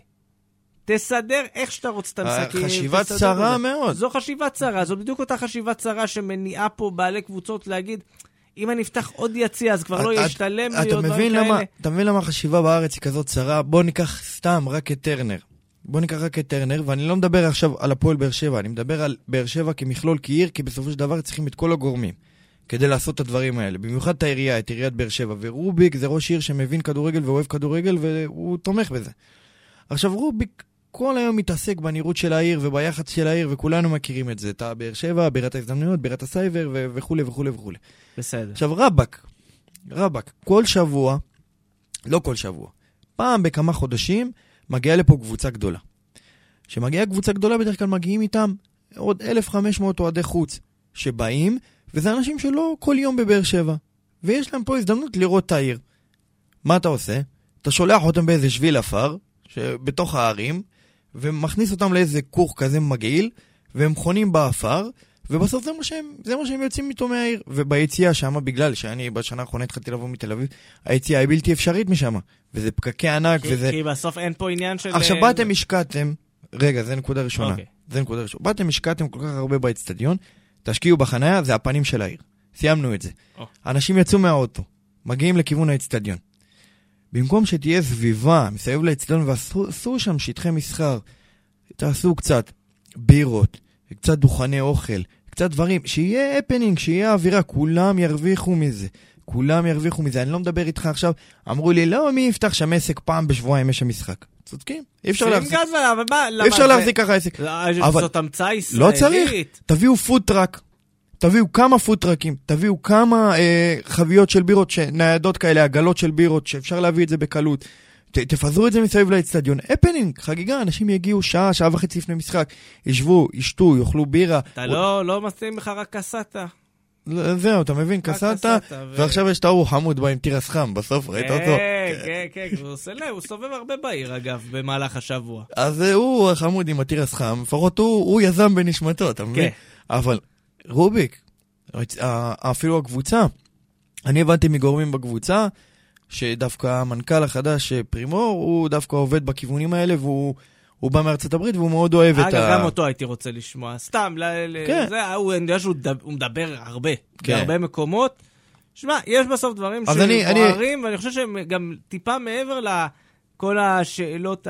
תסדר איך שאתה רוצה את המשחקים. חשיבה צרה מאוד. זו חשיבה צרה, זו בדיוק אותה חשיבה צרה שמניעה פה בעלי קבוצות להגיד, אם אני אפתח עוד יציאה, אז כבר לא ישתלם לי עוד דברים כאלה. אתה מבין למה החשיבה בארץ היא כזאת צרה? בוא ניקח סתם רק את טרנר. ואני לא מדבר עכשיו על הפועל באר שבע, אני מדבר על באר שבע כמכלול, כעיר, כי בסופו של דבר צריכים את כל הגורמים כדי לעשות את הדברים האלה. במיוחד את העירייה, את עיריית באר שבע. ורוביק זה ראש עיר שמבין כדורגל ואוהב כדורגל, והוא תומך בזה. עכשיו רוביק כל היום מתעסק בנראות של העיר וביחד של העיר, וכולנו מכירים את זה. את באר שבע, בירת ההזדמנויות, בירת הסייבר וכו' וכו' וכו'. בסדר. עכשיו רבק, כל שבוע, לא כל שבוע, פעם בכמה חודשים מגיעה לפה קבוצה גדולה. שמגיעה קבוצה גדולה בדרך כלל מגיעים איתם עוד 1,500 אוהדי חוץ שבאים, וזה אנשים שלא כל יום בבאר שבע. ויש להם פה הזדמנות לראות את העיר. מה אתה עושה? אתה שולח אותם באיזה שביל אפר, בתוך הערים, ומכניס אותם לאיזה כוך כזה מגעיל, והם חונים באפר, ובסוף זה מה שהם יוצאים איתו מהעיר. וביציאה שם, בגלל שאני בשנה האחרונה התחלתי לבוא מתל אביב, היציאה היא בלתי אפשרית משם. וזה פקקי ענק, וזה... כי בסוף אין פה עניין של... עכשיו באתם השקעתם, רגע, זה נקודה ראשונה. באתם השקעתם כל כך הרבה באצטדיון, תשקיעו בחניה, זה הפנים של העיר. סיימנו את זה. אנשים יצאו מהאוטו, מגיעים לכיוון האצטדיון. במקום שתהיה סביבה, מסביב לאצטדיון, ועשו שם שטחי מסחר, תעשו קצת בירות, קצת דוכני אוכל, קצת דברים, שיהיה הפנינג, שיהיה אווירה, כולם ירוויחו מזה. אני לא מדבר איתך עכשיו, אמרו לי, לא, מי יפתח שם עסק פעם בשבועיים יש המשחק. צודקים? אי אפשר להחזיק ככה עסק. זאת המצאה ישראלית. לא צריך, תביאו פוטטראק, תביאו כמה פוטטראקים, תביאו כמה חביות של בירות, ניידות כאלה, עגלות של בירות, שאפשר להביא את זה בקלות. תפזרו את זה מסביב לאצטדיון. הפנינג, חגיגה, אנשים יגיעו שעה וחצי לפני משחק, ישבו, ישתו, יאכלו בירה. אתה לא מסתים לך רק קסטה. זהו, אתה מבין, קסטה, ועכשיו יש את האור חמוד בא עם תירס חם, בסוף ראית אותו? כן, הוא סובב הרבה בעיר, אגב, במהלך השבוע. אז הוא החמוד עם התירס חם, לפחות הוא יזם בנשמתו, אתה מבין? אבל רוביק, אפילו הקבוצה, אני הבנתי מגורמים בקבוצה, שדווקא המנכ"ל החדש פרימור, הוא דווקא עובד בכיוונים האלה, והוא בא מארצות הברית, והוא מאוד אוהב את ה... גם אותו הייתי רוצה לשמוע. סתם, אני יודע שהוא מדבר הרבה, בהרבה מקומות. שמע, יש בסוף דברים שבוערים, ואני חושב שהם גם טיפה מעבר לכל השאלות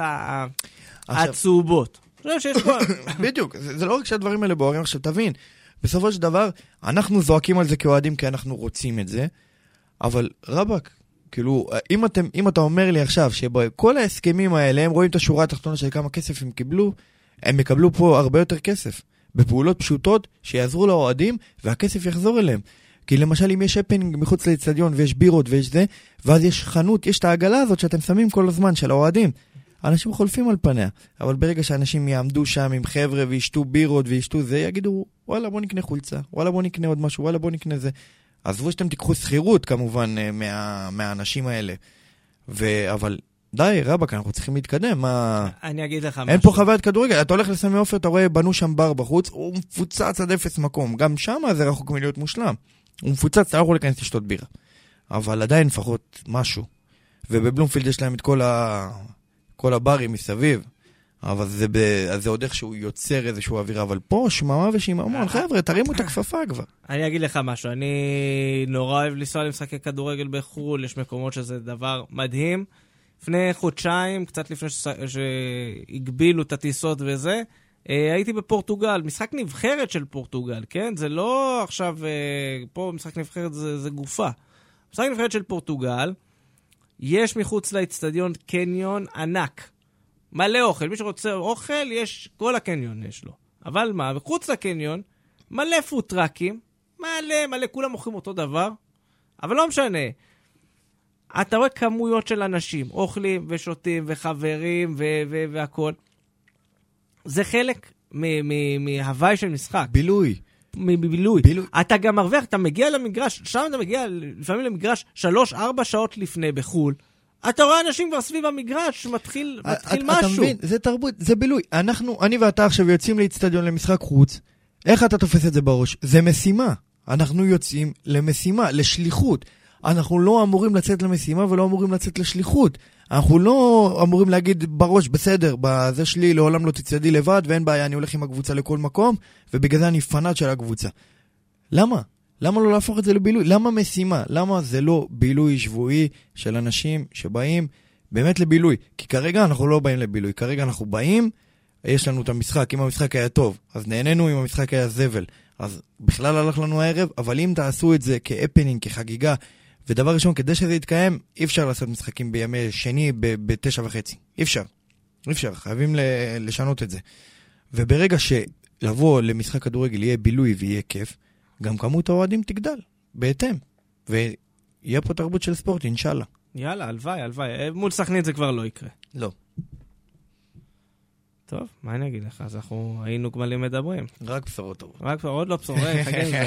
העצובות. בדיוק, זה לא רק שהדברים האלה בוערים, עכשיו תבין, בסופו של דבר, אנחנו זועקים על זה כאוהדים, כי אנחנו רוצים את זה, אבל רבק, כאילו, אם אתה אומר לי עכשיו שבכל ההסכמים האלה הם רואים את השורה התחתונה של כמה כסף הם יקבלו פה הרבה יותר כסף. בפעולות פשוטות שיעזרו לאוהדים והכסף יחזור אליהם. כי למשל אם יש הפנינג מחוץ לאצטדיון ויש בירות ויש זה, ואז יש חנות, יש את העגלה הזאת שאתם שמים כל הזמן של האוהדים. אנשים חולפים על פניה. אבל ברגע שאנשים יעמדו שם עם חבר'ה וישתו בירות וישתו זה, יגידו, וואלה בוא נקנה חולצה, וואלה בוא נקנה עוד משהו, וואלה בוא נקנה זה. עזבו שאתם תיקחו שכירות כמובן מהאנשים האלה. אבל די, רבק, אנחנו צריכים להתקדם. אני אגיד לך משהו. אין פה חוויית כדורגל. אתה הולך לסמי עופר, אתה רואה, בנו שם בר בחוץ, הוא מפוצץ עד 0 מקום. גם שם זה רחוק מלהיות מושלם. הוא מפוצץ, אתה לא יכול להיכנס לשתות בירה. אבל עדיין לפחות משהו. ובבלומפילד יש להם את כל הברים מסביב. אבל זה עוד איך שהוא יוצר איזשהו אווירה, אבל פה שממה ושיממון, חבר'ה, תרימו את הכפפה כבר. אני אגיד לך משהו, אני נורא אוהב לנסוע למשחקי כדורגל בחו"ל, יש מקומות שזה דבר מדהים. לפני חודשיים, קצת לפני שהגבילו את הטיסות וזה, הייתי בפורטוגל, משחק נבחרת של פורטוגל, כן? זה לא עכשיו, פה משחק נבחרת זה גופה. משחק נבחרת של פורטוגל, יש מחוץ לאצטדיון קניון ענק. מלא אוכל. מי שרוצה אוכל, כל הקניון יש לו. אבל מה? מחוץ לקניון, מלא פוטרקים, מלא, כולם מוכרים אותו דבר, אבל לא משנה. אתה רואה כמויות של אנשים, אוכלים ושותים וחברים והכל. זה חלק מהוואי של משחק. בילוי. מבילוי. אתה גם מרוויח, אתה מגיע למגרש, שם אתה מגיע לפעמים למגרש 3-4 שעות לפני בחול. אתה רואה אנשים כבר סביב המגרש, מתחיל משהו. אתה מבין, זה תרבות, זה בילוי. אני ואתה עכשיו יוצאים לאצטדיון למשחק חוץ. איך אתה תופס את זה בראש? זה משימה. אנחנו יוצאים למשימה, לשליחות. אנחנו לא אמורים לצאת למשימה ולא אמורים לצאת לשליחות. אנחנו לא אמורים להגיד בראש, בסדר, בזה שלי לעולם לא תצעדי לבד, ואין בעיה, אני הולך עם הקבוצה לכל מקום, ובגלל זה אני פנאט של הקבוצה. למה? למה לא להפוך את זה לבילוי? למה משימה? למה זה לא בילוי שבועי של אנשים שבאים באמת לבילוי? כי כרגע אנחנו לא באים לבילוי, כרגע אנחנו באים, יש לנו את המשחק, אם המשחק היה טוב, אז נהנינו, אם המשחק היה זבל, אז בכלל הלך לנו הערב, אבל אם תעשו את זה כאפנינג, כחגיגה, ודבר ראשון, כדי שזה יתקיים, אי אפשר לעשות משחקים בימי שני ב-9:30. אי אפשר, חייבים לשנות את זה. וברגע שלבוא למשחק כדורגל יהיה בילוי ויהיה כיף, גם כמות האוהדים תגדל, בהתאם. ויהיה פה תרבות של ספורט, אינשאללה. יאללה, הלוואי. מול סכנין זה כבר לא יקרה. לא. טוב, מה אני אגיד לך? אז אנחנו היינו גמלים מדברים. רק בשורות טובות. עוד לא בשורות, חכה לזה.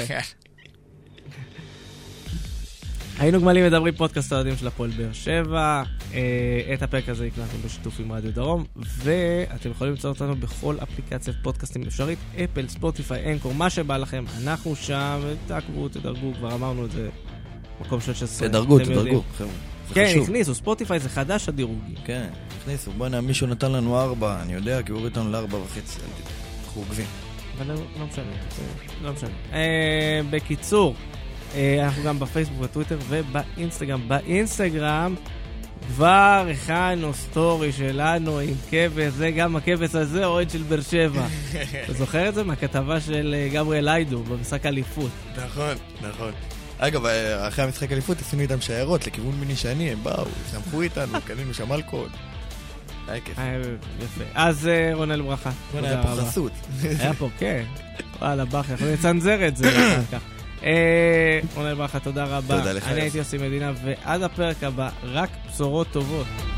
היינו גמלים מדברים, פודקאסט האוהדים של הפועל באר שבע. את הפרק הזה הקלטנו בשיתוף עם רדיו דרום, ואתם יכולים למצוא אותנו בכל אפליקציית פודקאסטים אפשרית, אפל, ספוטיפיי, אנקור, מה שבא לכם. אנחנו שם, תעקבו, תדרגו, כבר אמרנו את זה, מקום 16. תדרגו, חבר'ה. כן, הכניסו, ספוטיפיי זה חדש הדירוגי. כן, הכניסו. בוא'נה, מישהו נתן לנו 4, אני יודע, כי הוא הוריד אותנו ל4.5. אנחנו עוקבים. אבל לא משנה. בקיצור, אנחנו גם בפייסבוק וטוויטר ובאינסטגרם. באינסטגרם כבר הכנו סטורי שלנו עם כבש, זה גם הכבש הזה, אוהד של באר שבע. אתה זוכר את זה? מהכתבה של גבריאל איידו במשחק אליפות. נכון. אגב, אחרי המשחק אליפות עשינו איתם שיירות לכיוון מיני שני, הם באו, שמחו איתנו, קנינו שם אלכוהול. היה כיף. יפה. אז רונל ברכה. היה פה חסות. היה פה, כן. וואלה, בכי, אנחנו נצנזר את זה. רונל ברכה, תודה רבה. תודה לך. אני הייתי עושים מדינה, ועד הפרק הבא, רק בשורות טובות.